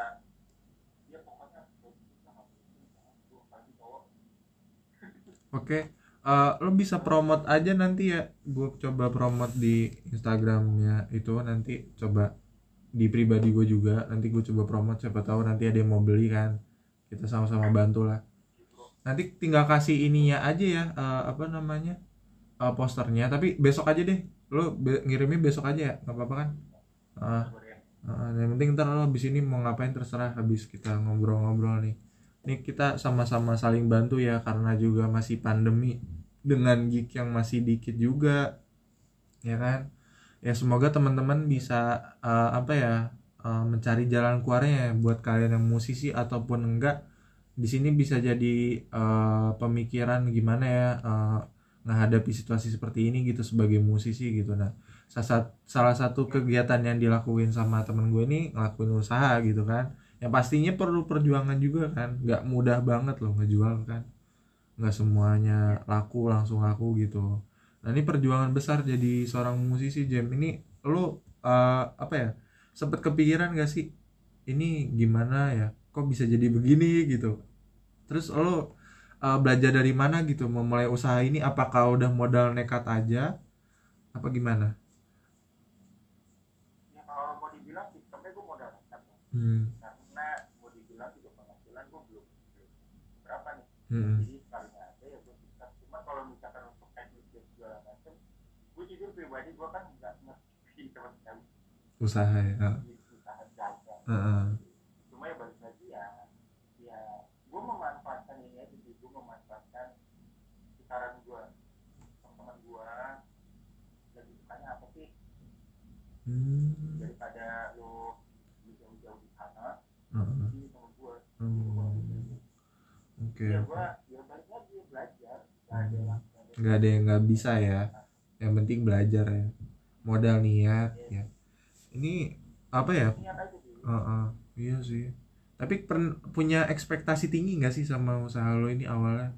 Oke, eh, lo bisa promote aja nanti ya. Gue coba promote di Instagramnya itu nanti coba di pribadi gue juga. Nanti gue coba promote siapa tahu nanti ada yang mau beli kan. Kita sama-sama bantu lah. Nanti tinggal kasih ininya aja ya, eh, apa namanya eh, posternya. Tapi besok aja deh. Lo be- ngirimnya besok aja ya, nggak apa-apa kan? Ah, ah, yang penting ntar lo habis ini mau ngapain terserah habis kita ngobrol-ngobrol nih. Ini kita sama-sama saling bantu ya karena juga masih pandemi dengan gig yang masih dikit juga, ya kan? Ya semoga teman-teman bisa eh, apa ya eh, mencari jalan keluarnya ya, buat kalian yang musisi ataupun enggak di sini bisa jadi eh, pemikiran gimana ya eh, menghadapi situasi seperti ini gitu sebagai musisi gitu. Nah, salah, salah satu kegiatan yang dilakuin sama temen gue ini ngelakuin usaha gitu kan. Yang pastinya perlu perjuangan juga kan. Nggak mudah banget loh ngejual kan. Nggak semuanya laku langsung laku gitu. Nah ini perjuangan besar jadi seorang musisi Jam. Ini lo eh, apa ya? Sempet kepikiran gak sih? Ini gimana ya? Kok bisa jadi begini gitu? Terus lo uh, belajar dari mana gitu memulai usaha ini? Apakah udah modal nekat aja? Apa gimana?
Ya kalau mau dibilang sistemnya gue modal nekat ya.
Hmm.
Karena mau dibilang juga penghasilan gue belum belum berapa nih.
Hmm.
Jadi sekalinya aja ya gue sistem. Cuma kalau misalkan untuk teknik dan segala macam, gue jujur pribadi gue kan nggak ngerti sama sekali
Usaha ya. Uh.
di usaha jaga.
Uh.
Cuma ya balik lagi ya, ya gue memanfaatkan ini aja sih, gue memanfaatkan sekitaran gue, teman-teman gue lagi sukanya apa sih,
Hmm.
daripada lo jauh-jauh di sana,
Uh.
ini sama gue.
Oh. Oke.
Ya
Okay.
gue ya balik lagi belajar, nggak ada yang
Nggak ada yang nggak bisa ya. Yang penting belajar ya. Modal niat ya. Ini apa ya?
niat aja sih.
Uh, uh, iya sih. Tapi per, punya ekspektasi tinggi nggak sih sama usaha lo ini awalnya?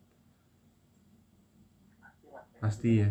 Pasti lah,
Pasti ya.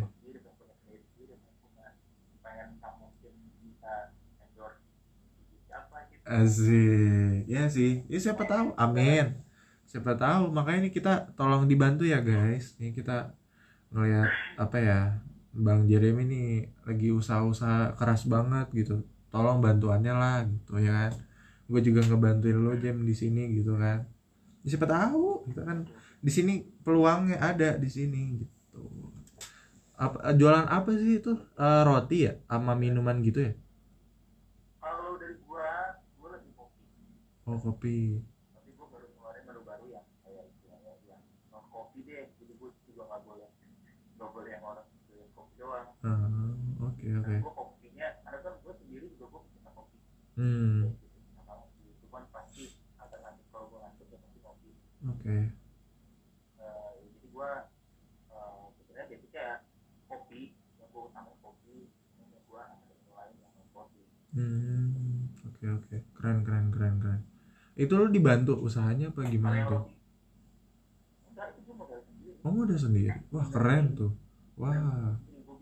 pengen tak mungkin bisa endorse siapa gitu.
Asik. Ya sih. Ya siapa tahu. Amin. Siapa tahu. Makanya ini kita tolong dibantu ya guys. Ini kita ngeliat apa ya? Bang Jeremy ini lagi usaha-usaha keras banget gitu. Tolong bantuannya lah gitu ya kan. Gue juga ngebantuin lo Jam di sini gitu kan. Ya, siapa tahu gitu kan. Di sini peluangnya ada di sini gitu. Apa jualan apa sih itu? Uh, roti ya sama minuman gitu ya?
Kalau dari gua, gua lebih kopi.
Oh, kopi.
Tapi gua baru ngeluarin baru-baru ya, kayak istilahnya yang non kopi deh. Jadi gua juga nggak boleh, nggak boleh yang orang beli kopi doang.
Ah, oke okay, oke. Okay.
Nah, gua kopinya, karena kan gua sendiri juga gua pecinta kopi.
Hmm.
Sama itu kan pasti alternatif kalau gua ngantuk ya pasti kopi.
Oke. Okay.
Uh, jadi gua uh, sebenarnya basicnya ya kopi, yang gua utamain kopi, yang gua ada yang lain yang non kopi.
Hmm. Oke okay, oke. Okay. Keren keren keren keren. Itu lo dibantu usahanya apa gimana tuh?
Enggak, itu gua modal sendiri.
Oh modal sendiri. Wah keren tuh. Wah.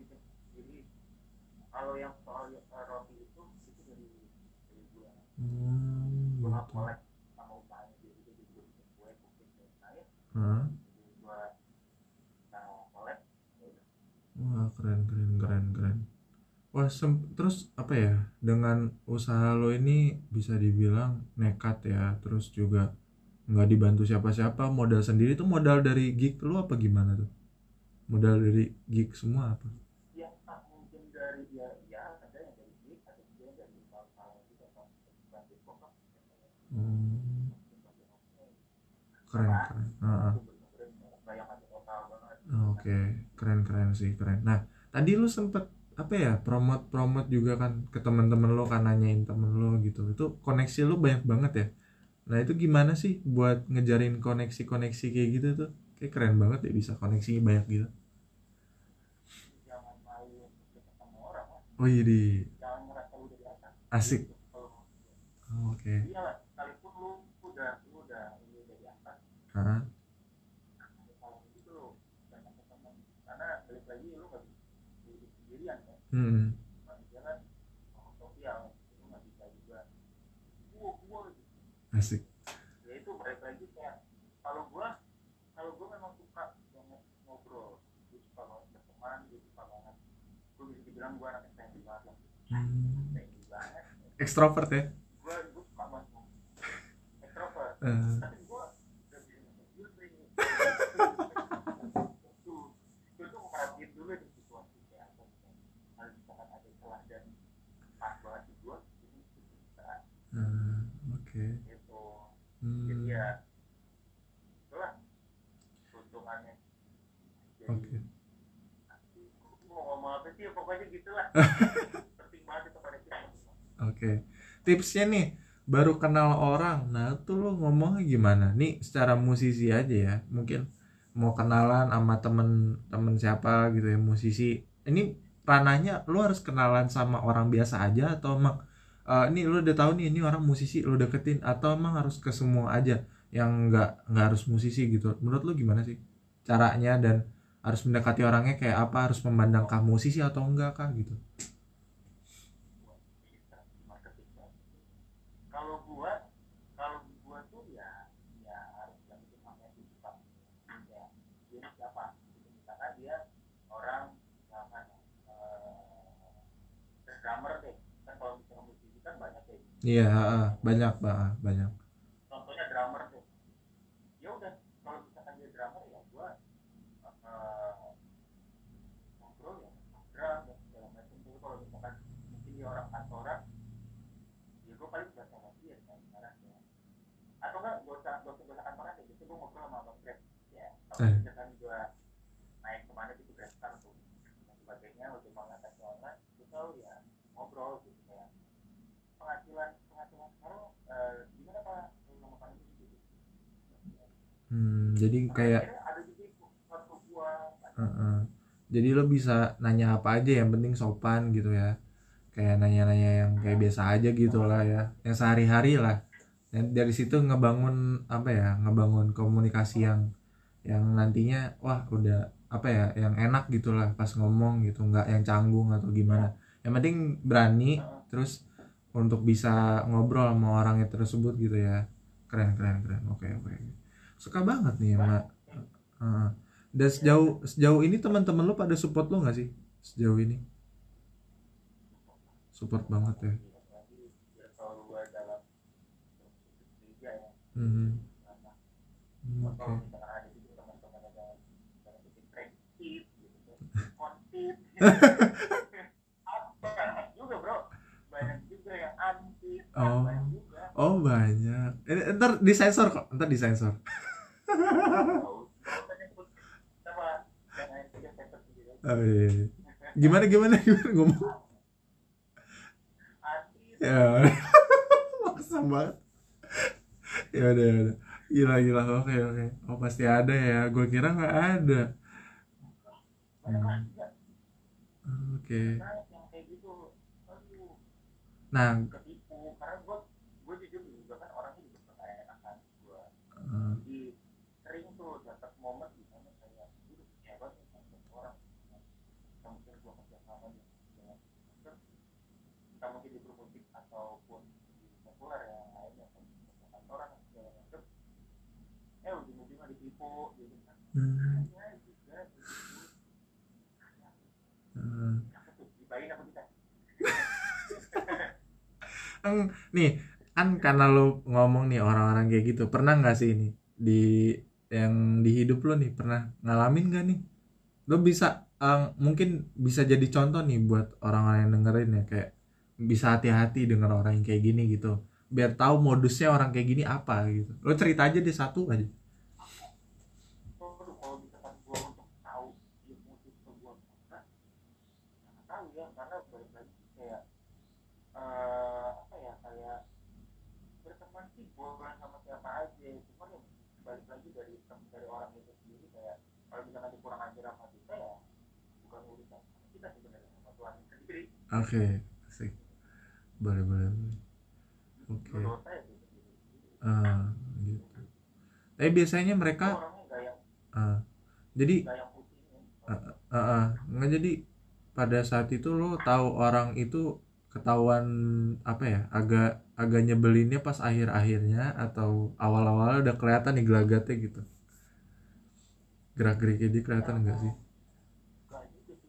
Kalau yang soal uh, roti itu itu dari dari gua.
Hmm.
Gua
Gitu.
collab sama usahanya dia juga jadi gua bikin kue cookies dan lain.
Hah?
Jadi gua nah collab.
Wah keren keren keren keren. Wah sem- terus apa ya dengan usaha lo ini bisa dibilang nekat ya, terus juga nggak dibantu siapa-siapa, modal sendiri tuh modal dari gig lo apa gimana tuh? Modal dari gig semua apa?
Ya tak mungkin dari dia ya ada yang dari gig, ada juga yang dari usaha juga kan bantu pokok.
Hmm. Keren keren. Uh-uh. Oke okay. Keren keren sih keren. Nah tadi lo sempet apa ya promote promote juga kan ke teman-teman lo kan nanyain temen lo gitu, itu koneksi lo banyak banget ya. Nah itu gimana sih buat ngejarin koneksi-koneksi kayak gitu tuh? Kayak keren banget ya bisa koneksi banyak gitu.
Jangan malu sama orang.
Oh iya di.
Jangan ngerasa udah di atas.
Asik.
Oh,
oke. Okay.
Iya, sekalipun lu udah lu udah lu udah di atas.
Heeh.
Kalau gitu lu jangan teman karena balik lagi lu nggak bisa hidup sendirian ya.
Hmm.
Manusia kan makhluk sosial, lu nggak bisa juga. Gua gua
Asik.
Ya itu balik lagi kayak kalau gua kalau gua memang suka banget teman gue suka banget, gue bisa dibilang gue anak friendly banget lah,
Hmm.
friendly banget.
Ekstrovert ya.
gue gue suka banget extrovert,
Eh,
tapi gue gak bisa nge-use ini. Tuh, gue tuh merhatiin dulu di situasi kayak apa gitu. Kalau misalkan ada celah dan pas banget di gue, jadi bisa
eh, oke.
gitu. Jadi
Hmm,
ya itulah keuntungannya. Jadi
oke.
gue mau ngomong apa sih ya, pokoknya gitulah. Penting banget itu pada kita.
Oke. Tipsnya nih, baru kenal orang. Nah, tuh lu ngomongnya gimana? Nih secara musisi aja ya. Mungkin mau kenalan sama temen-temen siapa gitu ya, musisi. Ini ranahnya lu harus kenalan sama orang biasa aja atau emang eh, ini lu udah tahu nih ini orang musisi lu deketin atau emang harus ke semua aja yang nggak nggak harus musisi gitu. Menurut lu gimana sih caranya dan harus mendekati orangnya kayak apa? Harus memandang kah musisi atau enggak kah gitu?
Marketing banget. Kalau gua kalau gua tuh ya ya harus yang itu namanya sih pak, ya dia ini siapa gitu. Misalkan dia orang misalkan eh drummer deh, kan kalau misalnya musisi kan banyak deh.
Iya, heeh, banyak, Pak, banyak.
Contohnya drummer deh, ya udah kalau misalkan dia drummer ya gua eh, ngobrol ya drum dan segala macam. Tapi kalau misalkan mungkin dia orang kantoran, ya gua paling bahasa lagi ya kan sekarang ya, atau enggak gak usah gak usah bahasa kantoran deh, gitu gua ngobrol sama abang Grab ya. Kalau
Eh.
misalkan gua naik kemana gitu Grab Star tuh dan sebagainya untuk mengatasi online, itu tahu ya ngobrol gitu kayak penghasilan penghasilan sekarang eh, gimana pak sama pandemi gitu.
Hmm, jadi
Sampai
kayak
akhirnya ada juga waktu gua
heeh. Jadi lo bisa nanya apa aja yang penting sopan gitu ya. Kayak nanya-nanya yang kayak biasa aja gitu lah ya. Yang sehari-hari lah. Dan dari situ ngebangun apa ya? Ngebangun komunikasi yang yang nantinya wah udah apa ya? Yang enak gitu lah pas ngomong gitu, nggak yang canggung atau gimana. Yang penting berani terus untuk bisa ngobrol sama orangnya tersebut gitu ya. Keren keren keren. Oke oke. Suka banget nih sama Heeh. Dan sejauh sejauh ini teman-teman lo pada support lo nggak sih sejauh ini? Support banget ya.
lagi ya kalau gua dalam liga ya.
Mhm. Hmm,
Kalau
Oke.
misalkan ada juga teman-teman yang dalam bikin kreatif gitu, kontif, banyak juga bro, banyak juga yang anti,
Oh.
banyak juga.
Oh banyak. Ini ntar disensor kok, ntar disensor.
Tahu, kita nyebut sama yang lain juga sektor sendiri.
Oh iya. iya. Gimana gimana gimana ngomong?
Anti,
Ya. Maksa banget. Ya udah ya udah. Gila gila oke oke. Oh pasti ada ya. Gue kira nggak ada.
banyak lah
Hmm.
juga.
Oke.
Nah, yang kayak gitu, aduh,
Nah.
ketipu. Karena gue, gue jujur juga kan orangnya juga percaya akan gue.
Uh,
Jadi sering tuh dapat momen di mana kayak, aduh, hebat ya sama orang. Kita mungkin gue kerja sama dengan kita mungkin di grup musik ataupun di sekuler yang lainnya kan di kantoran segala macam. Eh ujung-ujungnya ditipu gitu kan.
hmm.
Ya juga ditipu.
Uh.
Apa tuh? Dibayin apa kita?
Eng, nih kan karena lu ngomong nih orang-orang kayak gitu pernah nggak sih ini di yang di hidup lo nih pernah ngalamin nggak nih lo bisa eh, mungkin bisa jadi contoh nih buat orang-orang yang dengerin ya kayak bisa hati-hati denger orang yang kayak gini gitu biar tahu modusnya orang kayak gini apa gitu lo cerita aja deh satu aja.
Aduh, kalau misalkan gue untuk tahu ilmu itu gue apa, nggak tahu ya karena balik lagi kayak eh, apa ya kayak berteman sih boleh sama siapa aja, cuman ya balik lagi dari dari orang itu sendiri kayak kalau misalkan dia kurang ajar sama kita ya bukan urusan sama kita sebenarnya sama Tuhan sendiri.
Oke okay. Asik boleh boleh boleh oke
Itu
okay.
dosa ya gitu.
Uh, gitu tapi biasanya mereka
Itu orangnya nggak yang
uh, jadi
nggak yang pusingin.
uh, uh, uh, nggak jadi pada saat itu lo tahu orang itu ketahuan apa ya agak agak nyebelinnya pas akhir-akhirnya atau awal-awal udah kelihatan nih gelagatnya gitu gerak-geriknya dia kelihatan enggak sih?
Nggak juga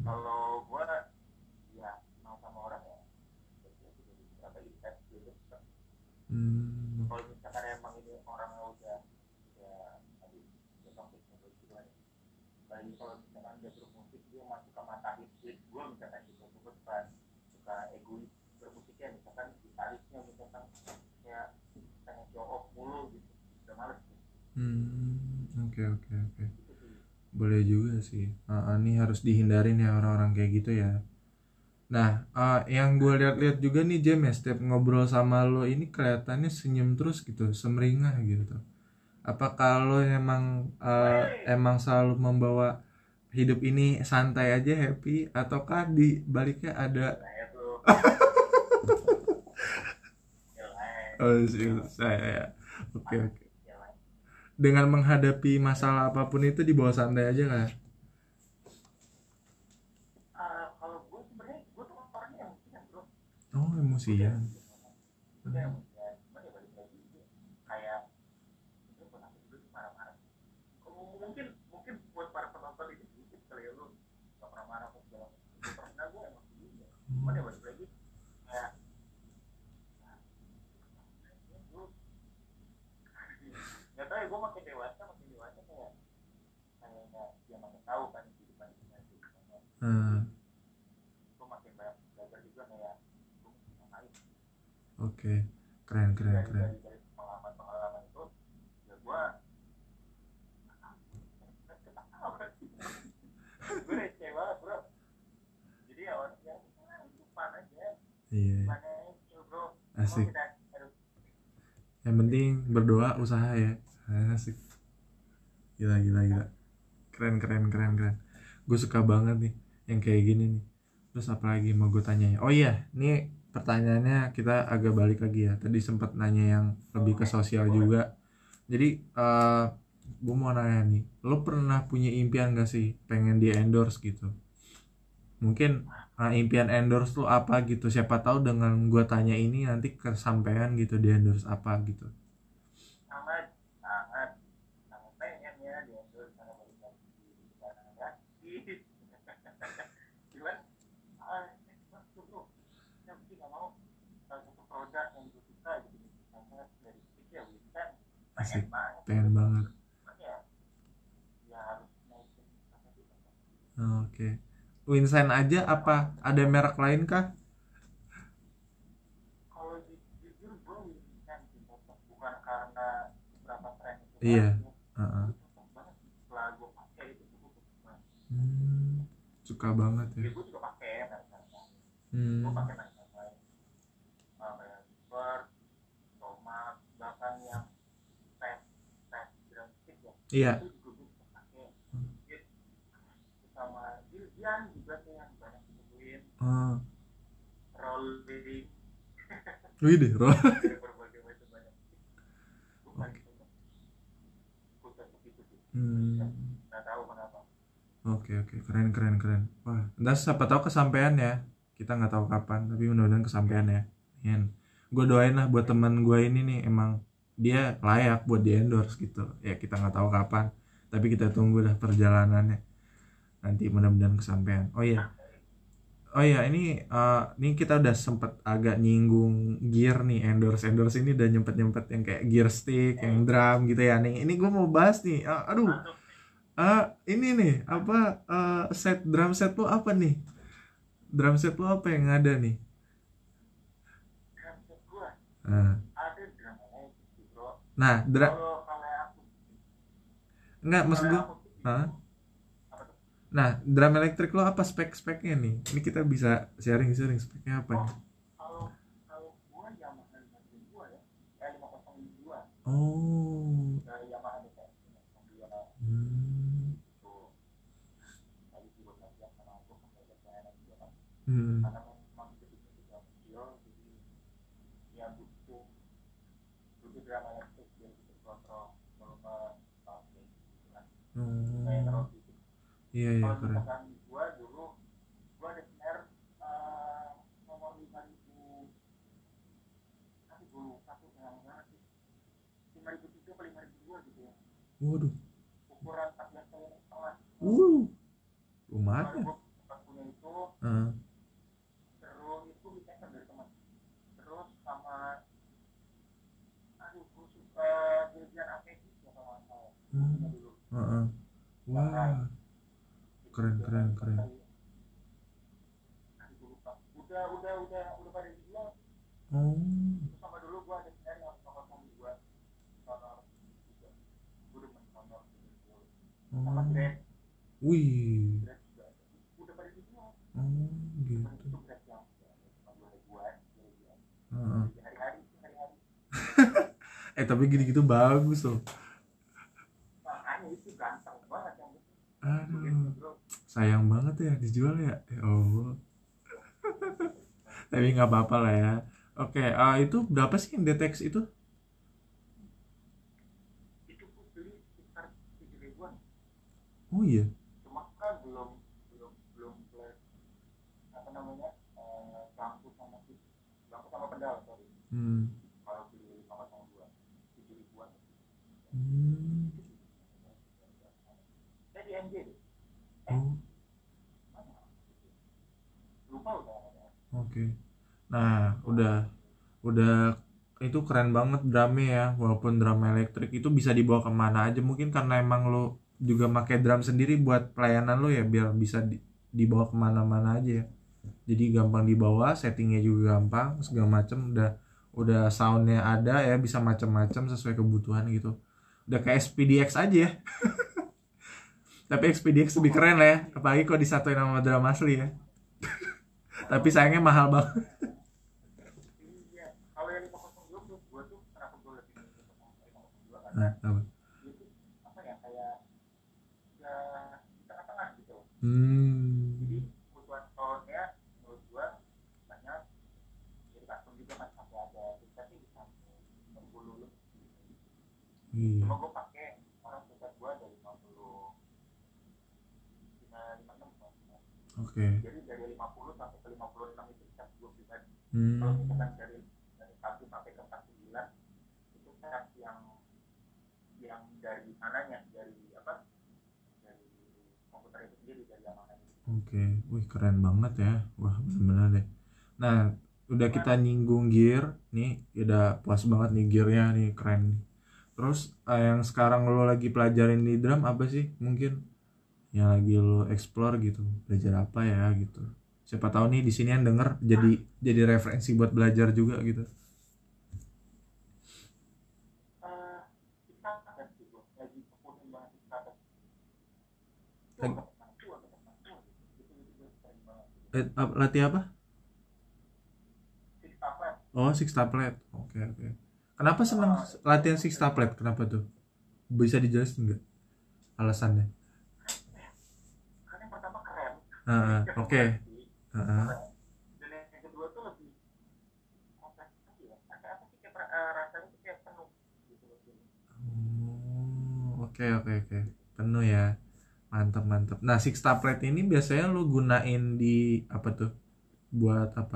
Kalau gue ya mau sama orang ya berapa intens gitu.
Hmm.
Kalau misalkan emang ini orangnya udah udah tadi udah toxic menurut gue nih, lagi kalau misalkan dia bermusik dia masuk ke mata hit gue misalkan gitu, gue suka suka egois bermusiknya, misalkan gitarisnya misalkan kayak pengen show off mulu gitu, udah males gitu.
Hmm, oke oke oke.
Gitu sih.
Boleh juga sih. Ah, ah, ini harus dihindarin ya orang-orang kayak gitu ya. Nah, ah, yang gue lihat-lihat juga nih Jem ya, setiap ngobrol sama lo ini kelihatannya senyum terus gitu, semeringah gitu. Apa kalau emang ah,
Wey,
emang selalu membawa hidup ini santai aja, happy, ataukah di baliknya ada
gila ya tuh, gila ya,
oh,
gila,
saya ya. Oke
parah,
oke.
gila.
Dengan menghadapi masalah apapun itu dibawa santai aja kan?
Uh, kalau gue sebenarnya gue tuh orangnya emosian bro,
Oh,
gue udah
emosian.
emosian banget, gue udah emosian, cuman ya balik lagi kayak itu buat aku dulu tuh marah-marah. Mungkin mungkin buat para penonton ini sedikit kali ya, lu gak pernah marah apa segala macam. Gue pernah, gue emosi juga, cuman ya balik lagi kayak lu nggak tahu ya, gue makin dewasa makin dewasa kayak kayaknya dia makin tahu kan kehidupan gimana sih, jadi
Hmm,
gue makin banyak belajar juga kayak gue mesti ngapain.
oke. Keren
Jadi
keren
dari
keren.
dari dari pengalaman pengalaman itu ya gue ketawa kan, gue receh banget bro. Jadi ya orang yang itu fun aja,
Iya,
gimana itu bro, kalau
asik.
kita harus
Yang penting berdoa, usaha ya. Asik. Gila gila gila. Keren keren keren keren. Gue suka banget nih yang kayak gini nih. Terus apa lagi mau gue tanya ya? Oh iya, ini pertanyaannya kita agak balik lagi ya. Tadi sempat nanya yang lebih ke sosial juga. Jadi eh gue mau nanya nih, lo pernah punya impian gak sih pengen di endorse gitu? Mungkin uh, impian endorse tuh apa gitu, siapa tahu dengan gue tanya ini nanti kesampaian gitu di endorse apa gitu.
sangat sangat sangat pengen ya diambil sana balik lagi di sana lagi. Cuman ah itu bro, saya mesti nggak mau salah satu produk yang gue suka gitu, misalnya dari stick ya Winston, pengen
Asik,
banget
pengen
gitu,
banget.
cuman ya ya harus naikin kapasitas.
Oke, Winsen aja apa ada merek lain kah?
Kalau jujur gue Winston sih cocok, bukan karena beberapa tren itu
Iya.
balik ya,
Uh-uh.
itu cocok banget setelah gue pakai itu, gue cocok banget.
Hmm, suka banget ya.
Ya gue juga pakai merek lain, gue
Hmm,
pakai merek lain, uh, kayak Super, Tomat, bahkan yang tes tes drumstick ya,
iya.
itu juga gue suka pakai. Jadi, sama Gildian juga tuh yang banyak ditemuin,
Oh,
rolling
wih deh, Ro.
dari berbagai macam banyak stick, gue paling
Oke.
cocok, gue cocok itu sih,
Hmm,
nggak tahu kenapa.
oke oke, keren keren keren. Wah, entar siapa tahu kesampaian ya. Kita nggak tahu kapan, tapi mudah-mudahan kesampaian ya. Gue doain lah buat teman gue ini nih, emang dia layak buat di endorse gitu. Ya kita nggak tahu kapan, tapi kita tunggu dah perjalanannya. Nanti mudah-mudahan kesampaian. Oh iya, oh iya ini eh, ini kita udah sempet agak nyinggung gear nih, endorse endorse ini udah nyempet nyempet yang kayak gear stick, yang drum gitu ya. Nih ini gue mau bahas nih. Ah, aduh,
Masuk
ah ini nih apa eh, set drum set lo apa nih? Drum set lo apa yang ada nih?
drum set gue,
Nah,
ada drum elektrik bro.
nah dra-
Kalau kalau aku
enggak maksud
kalau
gue.
aku
Hah?
apa tuh?
Nah, drum elektrik lo apa spek-speknya nih? Ini kita bisa sharing-sharing speknya apa
Oh,
nih?
kalau kalau gue Yamaha lima puluh dua ya, eh lima nol dua,
Oh.
dari Yamaha D T S lima nol dua
Hmm.
itu tadi buat latihan sama aku sampai ke China juga kan,
Hmm.
karena memang gedungnya juga kecil, jadi ya butuh butuh drum elektrik biar bisa kontrol volume sounding gitu kan, kayak
Oh.
terus gitu.
Iya iya
Kalau
keren.
misalkan gue dulu gue ada snare uh, nomor lima ribu, tapi gue lupa tuh yang mana sih, lima ribu tiga atau lima ribu dua gitu ya,
Waduh.
ukuran empat belas kali setengah.
Uh.
Kemarin
Lumayan.
gue sempat punya
Heeh.
Terus itu weekend dari teman. Terus sama aduh gue suka jajan apa gitu sama saya punya
Hmm.
dulu
Heeh.
Bahrai
Wah,
itu
keren
juga
keren keren.
bakery aduh gue lupa udah udah udah udah pada dijual
Oh.
terus sama dulu gue ada sendiri yang sama suami gue sonor juga gue demen sonor gitu sama
Oh.
Grab
Wih.
Grab juga ada udah pada dijual
Oh,
udah pada
gitu.
itu Grab yang cuma dua ribuan dua ribuan
Heeh.
jadi hari-hari hari-hari
Eh tapi gitu-gitu bagus loh.
makanya itu ganteng banget yang itu
Aduh,
bro
sayang banget ya dijual ya. Ya Allah. Tapi nggak apa-apa lah ya. Oke, ah, itu berapa sih yang deteksi itu?
itu gue beli sekitar tujuh ribuan
Oh iya.
cuma kan belum belum belum plus apa namanya eh, lampu sama lampu sama pedal sorry
Hmm.
kalau beli sama sama dua tujuh ribuan
Hmm.
saya di M J deh eh
Oh,
mana lupa udah ada
oke. Nah, udah udah itu keren banget drumnya ya. Walaupun drum elektrik itu bisa dibawa kemana aja. Mungkin karena emang lo juga pakai drum sendiri buat pelayanan lo ya, biar bisa di- dibawa kemana-mana aja ya. Jadi gampang dibawa, settingnya juga gampang, segala macem. Udah udah soundnya ada ya, bisa macam-macam sesuai kebutuhan gitu. Udah kayak S P D X aja ya. Tapi X P D X lebih keren lah ya, apalagi kalau disatuin sama drum asli ya. Tapi sayangnya mahal banget.
iya kalau yang lima nol dua menurut gue tuh kenapa gue lebih milih lima nol dua karena
Nah, apa?
dia tuh apa ya kayak ya di tengah-tengah gitu jadi
Hmm.
kebutuhan soundnya menurut gue banyak jadi custom juga kan sampai ada tiketnya bisa enam puluh lebih
Iya.
cuma gue pakai orang tiket gue dari lima puluh lima lima enam
Oke.
jadi dari lima puluh sampai ke lima puluh enam itu tiket gue pribadi kalau
Hmm.
misalkan dari dari satu sampai ke empat puluh sembilan itu tiket yang yang dari mananya dari apa dari komputer itu sendiri dari yang mana gitu.
Oke. Wih, keren banget ya. Wah, bener-bener deh. Nah, udah kita
Gimana?
nyinggung gear nih, udah puas banget nih gearnya nih, keren. Terus eh, yang sekarang lo lagi pelajarin di drum apa sih? Mungkin yang lagi lo explore gitu, belajar apa ya gitu. Siapa tahu nih di sini yang denger jadi jadi referensi buat belajar juga gitu.
Uh, kita ada sih gue lagi kekunin banget kita ada itu
Lagi,
agak mantu agak mantu gitu itu itu gue sering banget gitu.
eh, ap- latih apa?
Six apa
Oh, six tablet. Oke, oke. Kenapa seneng
ah itu gue
latihan
gue
six
sering
tablet?
banget
Kenapa tuh? Bisa dijelasin nggak alasannya?
karena yang pertama keren
Heeh,
yang
oke.
pasti
Heeh.
keren dan yang kedua tuh lebih kompleks aja ya kayak apa sih kayak uh, rasanya tuh kayak penuh gitu loh jadi
Oh, oke oke oke. Penuh ya. Mantap mantap. Nah, six tablet ini biasanya lu gunain di apa tuh? Buat apa?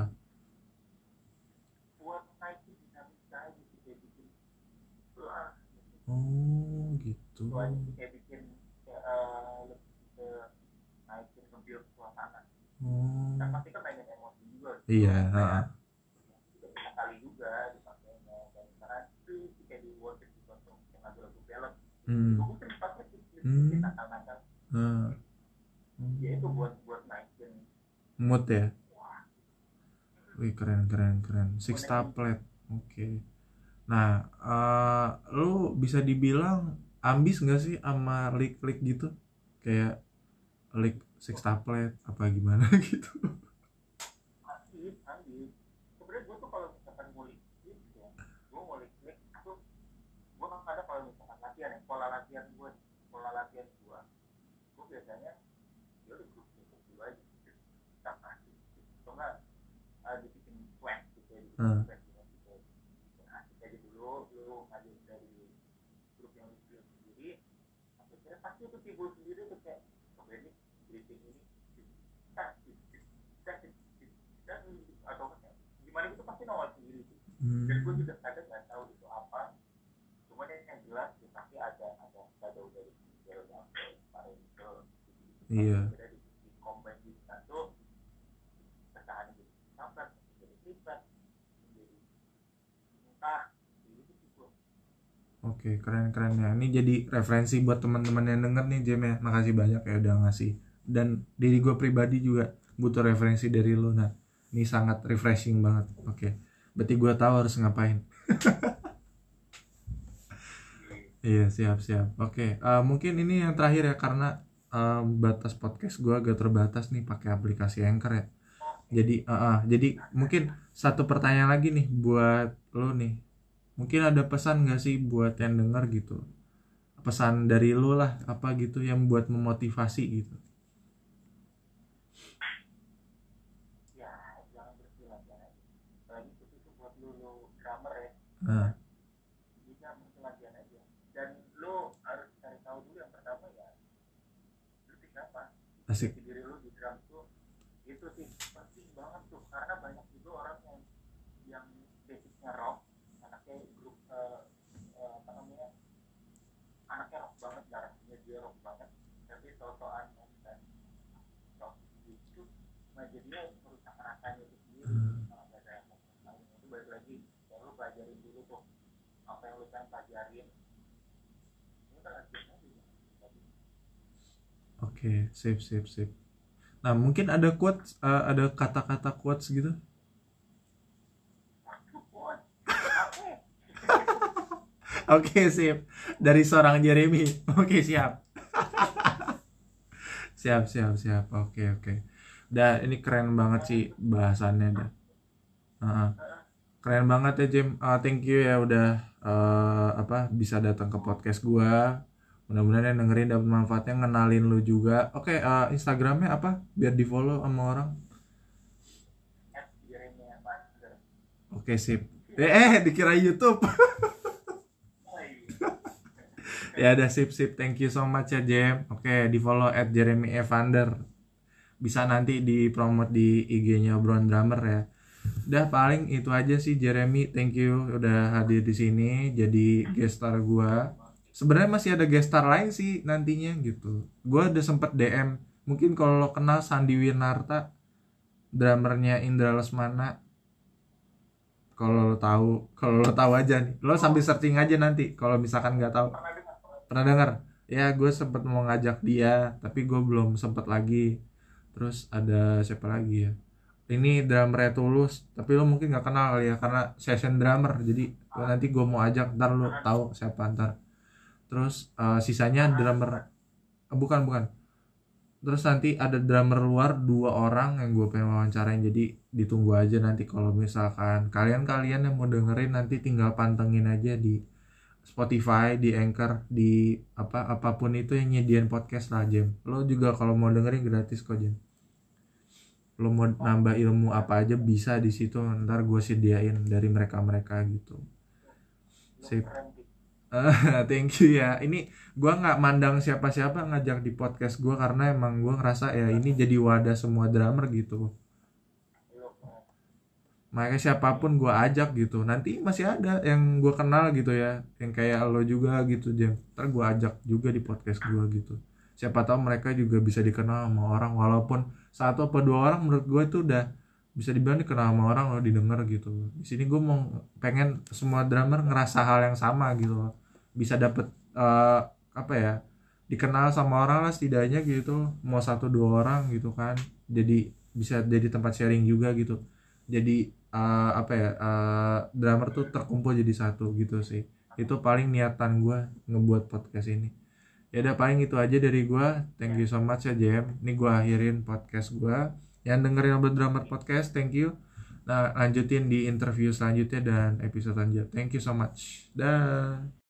buat naikin dinamika aja sih kayak bikin lah
Oh, gitu.
itu aja sih kayak bikin kayak, uh, lebih ke naikin nge-build suasana kan
Oh.
pasti kan mainin emosi juga
Iya,
gitu kayak
heeh.
juga bisa kali juga dipakainya dan karena itu kayak di worth it gitu untuk lagu-lagu ballad itu
Hmm.
gue sering pakai sih bikin
Hmm.
nakal-nakal
Heeh.
ya itu
Hmm.
buat buat naikin
Mood ya.
wah
Wih, keren keren keren. Six
buat naikin
tablet. Oke. Nah, eh lu bisa dibilang ambis nggak sih sama lick-lick gitu? Kayak lick six
wah
tablet apa gimana gitu?
asik asik sebenarnya gue tuh kalau misalkan ngulik gitu ya gue ngulik klik tuh gue kan ada kalau misalkan latihan ya pola latihan gue pola latihan gue gue biasanya ya udah grup grup dulu aja gitu tak asik gitu nggak uh, dibikin swag gitu ya dibikin
Hmm.
swag gitu gitu bikin asik aja dulu lu ngajin dari grup yang lu pilih sendiri akhirnya pasti itu timbul sendiri tuh kayak oke ini breathing ini kan kan kan atau gimana gitu pasti nongol sendiri tuh dan gue
Hmm.
juga kadang nggak tahu itu apa cuma yang jelas ya pasti ada ada shadow dari skill dari itu
Iya.
akhirnya di, di combine di satu apa jadi privat jadi entah jadi itu gitu.
Oke, keren-keren ya. Ini jadi referensi buat teman-teman yang denger nih, Jem ya. Makasih banyak ya udah ngasih. Dan diri gue pribadi juga butuh referensi dari lo. Nah, ini sangat refreshing banget. Oke, berarti gue tahu harus ngapain. Iya, siap-siap. Oke, uh, mungkin ini yang terakhir ya, karena uh, batas podcast gue agak terbatas nih pakai aplikasi Anchor ya. Jadi, uh, uh, jadi mungkin satu pertanyaan lagi nih buat lo nih. Mungkin ada pesan gak sih buat yang denger gitu? Pesan dari lo lah, apa gitu yang buat memotivasi gitu.
Ya jangan bersilat ya, lagi itu itu buat lu, lu drummer ya.
Nah,
Bisa latihan aja dan lu harus cari tahu dulu yang pertama ya lu siapa,
asik.
diri lu di drum tuh itu sih penting banget tuh, karena banyak juga orang yang yang basicnya rock, anaknya grup uh, uh, apa namanya anaknya rock banget, darahnya dia rock banget, tapi sosokan dan rock itu nah jadinya merusak rasanya itu sendiri.
Hmm.
Nah, gak ada yang mau itu balik lagi ya lu pelajarin dulu tuh apa yang lu pengen pelajarin. Ini kan latihan aja ya.
Oke, sip, sip, sip. Nah, mungkin ada quotes, uh, ada kata-kata quotes gitu. Oke, sip. Dari seorang Jeremy. Oke, siap. Siap, siap, siap. Oke, oke. Dah, ini keren banget sih bahasannya dah. Uh-huh. Keren banget ya, Jim. Uh, thank you ya udah uh, apa bisa datang ke podcast gua. Mudah-mudahan yang dengerin dapat manfaatnya, ngenalin lu juga. Oke, uh, Instagramnya apa? Biar di follow sama orang. Oke, sip. Eh, eh dikira YouTube. Ya udah, sip, sip. Thank you so much ya, Jem. Oke, di follow at Jeremy Evander. Bisa nanti dipromot di I G-nya Brown Drummer ya. Udah paling itu aja sih, Jeremy. Thank you udah hadir di sini jadi guest star gua. Sebenarnya masih ada guest star lain sih nantinya gitu. Gua udah sempet D M. Mungkin kalau lo kenal Sandi Winarta, drummernya Indra Lesmana. Kalau lo tahu, kalau lo tahu aja nih. Lo sambil searching aja nanti kalau misalkan nggak tahu. Pernah dengar? Ya, gue sempet mau ngajak dia, tapi gue belum sempet lagi. Terus ada siapa lagi ya? Ini drummernya Tulus, tapi lo mungkin nggak kenal kali ya karena session drummer. Jadi nanti gue mau ajak, ntar lo tahu siapa ntar. Terus uh, sisanya drummer, uh, bukan bukan. Terus nanti ada drummer luar dua orang yang gue pengen wawancarain. Jadi ditunggu aja nanti kalau misalkan kalian-kalian yang mau dengerin, nanti tinggal pantengin aja di Spotify, di Anchor, di apa apapun itu yang nyediain podcast lah, Jem. Lo juga kalau mau dengerin gratis kok, Jem. Lo mau nambah ilmu apa aja bisa di situ, ntar gue sediain dari mereka-mereka gitu. Sip. Uh, thank you ya. Ini gue nggak mandang siapa-siapa ngajak di podcast gue karena emang gue ngerasa ya ini jadi wadah semua drummer gitu. Makanya siapapun gue ajak gitu. Nanti masih ada yang gue kenal gitu ya, yang kayak lo juga gitu, Jam. Ntar gue ajak juga di podcast gue gitu. Siapa tahu mereka juga bisa dikenal sama orang, walaupun satu apa dua orang menurut gue itu udah bisa dibilang dikenal sama orang, lo didengar gitu. Di sini gue mau pengen semua drummer ngerasa hal yang sama gitu loh. Bisa dapet uh, apa ya, dikenal sama orang lah setidaknya gitu, mau satu dua orang gitu kan, jadi bisa jadi tempat sharing juga gitu, jadi uh, apa ya, uh, drummer tuh terkumpul jadi satu gitu sih. Itu paling niatan gue ngebuat podcast ini. Ya udah paling itu aja dari gue. Thank you so much ya, Jem. Ini gue akhirin podcast gue. Yang dengerin Obrol Drummer Podcast, thank you. Nah, lanjutin di interview selanjutnya dan episode selanjutnya. Thank you so much. Dah.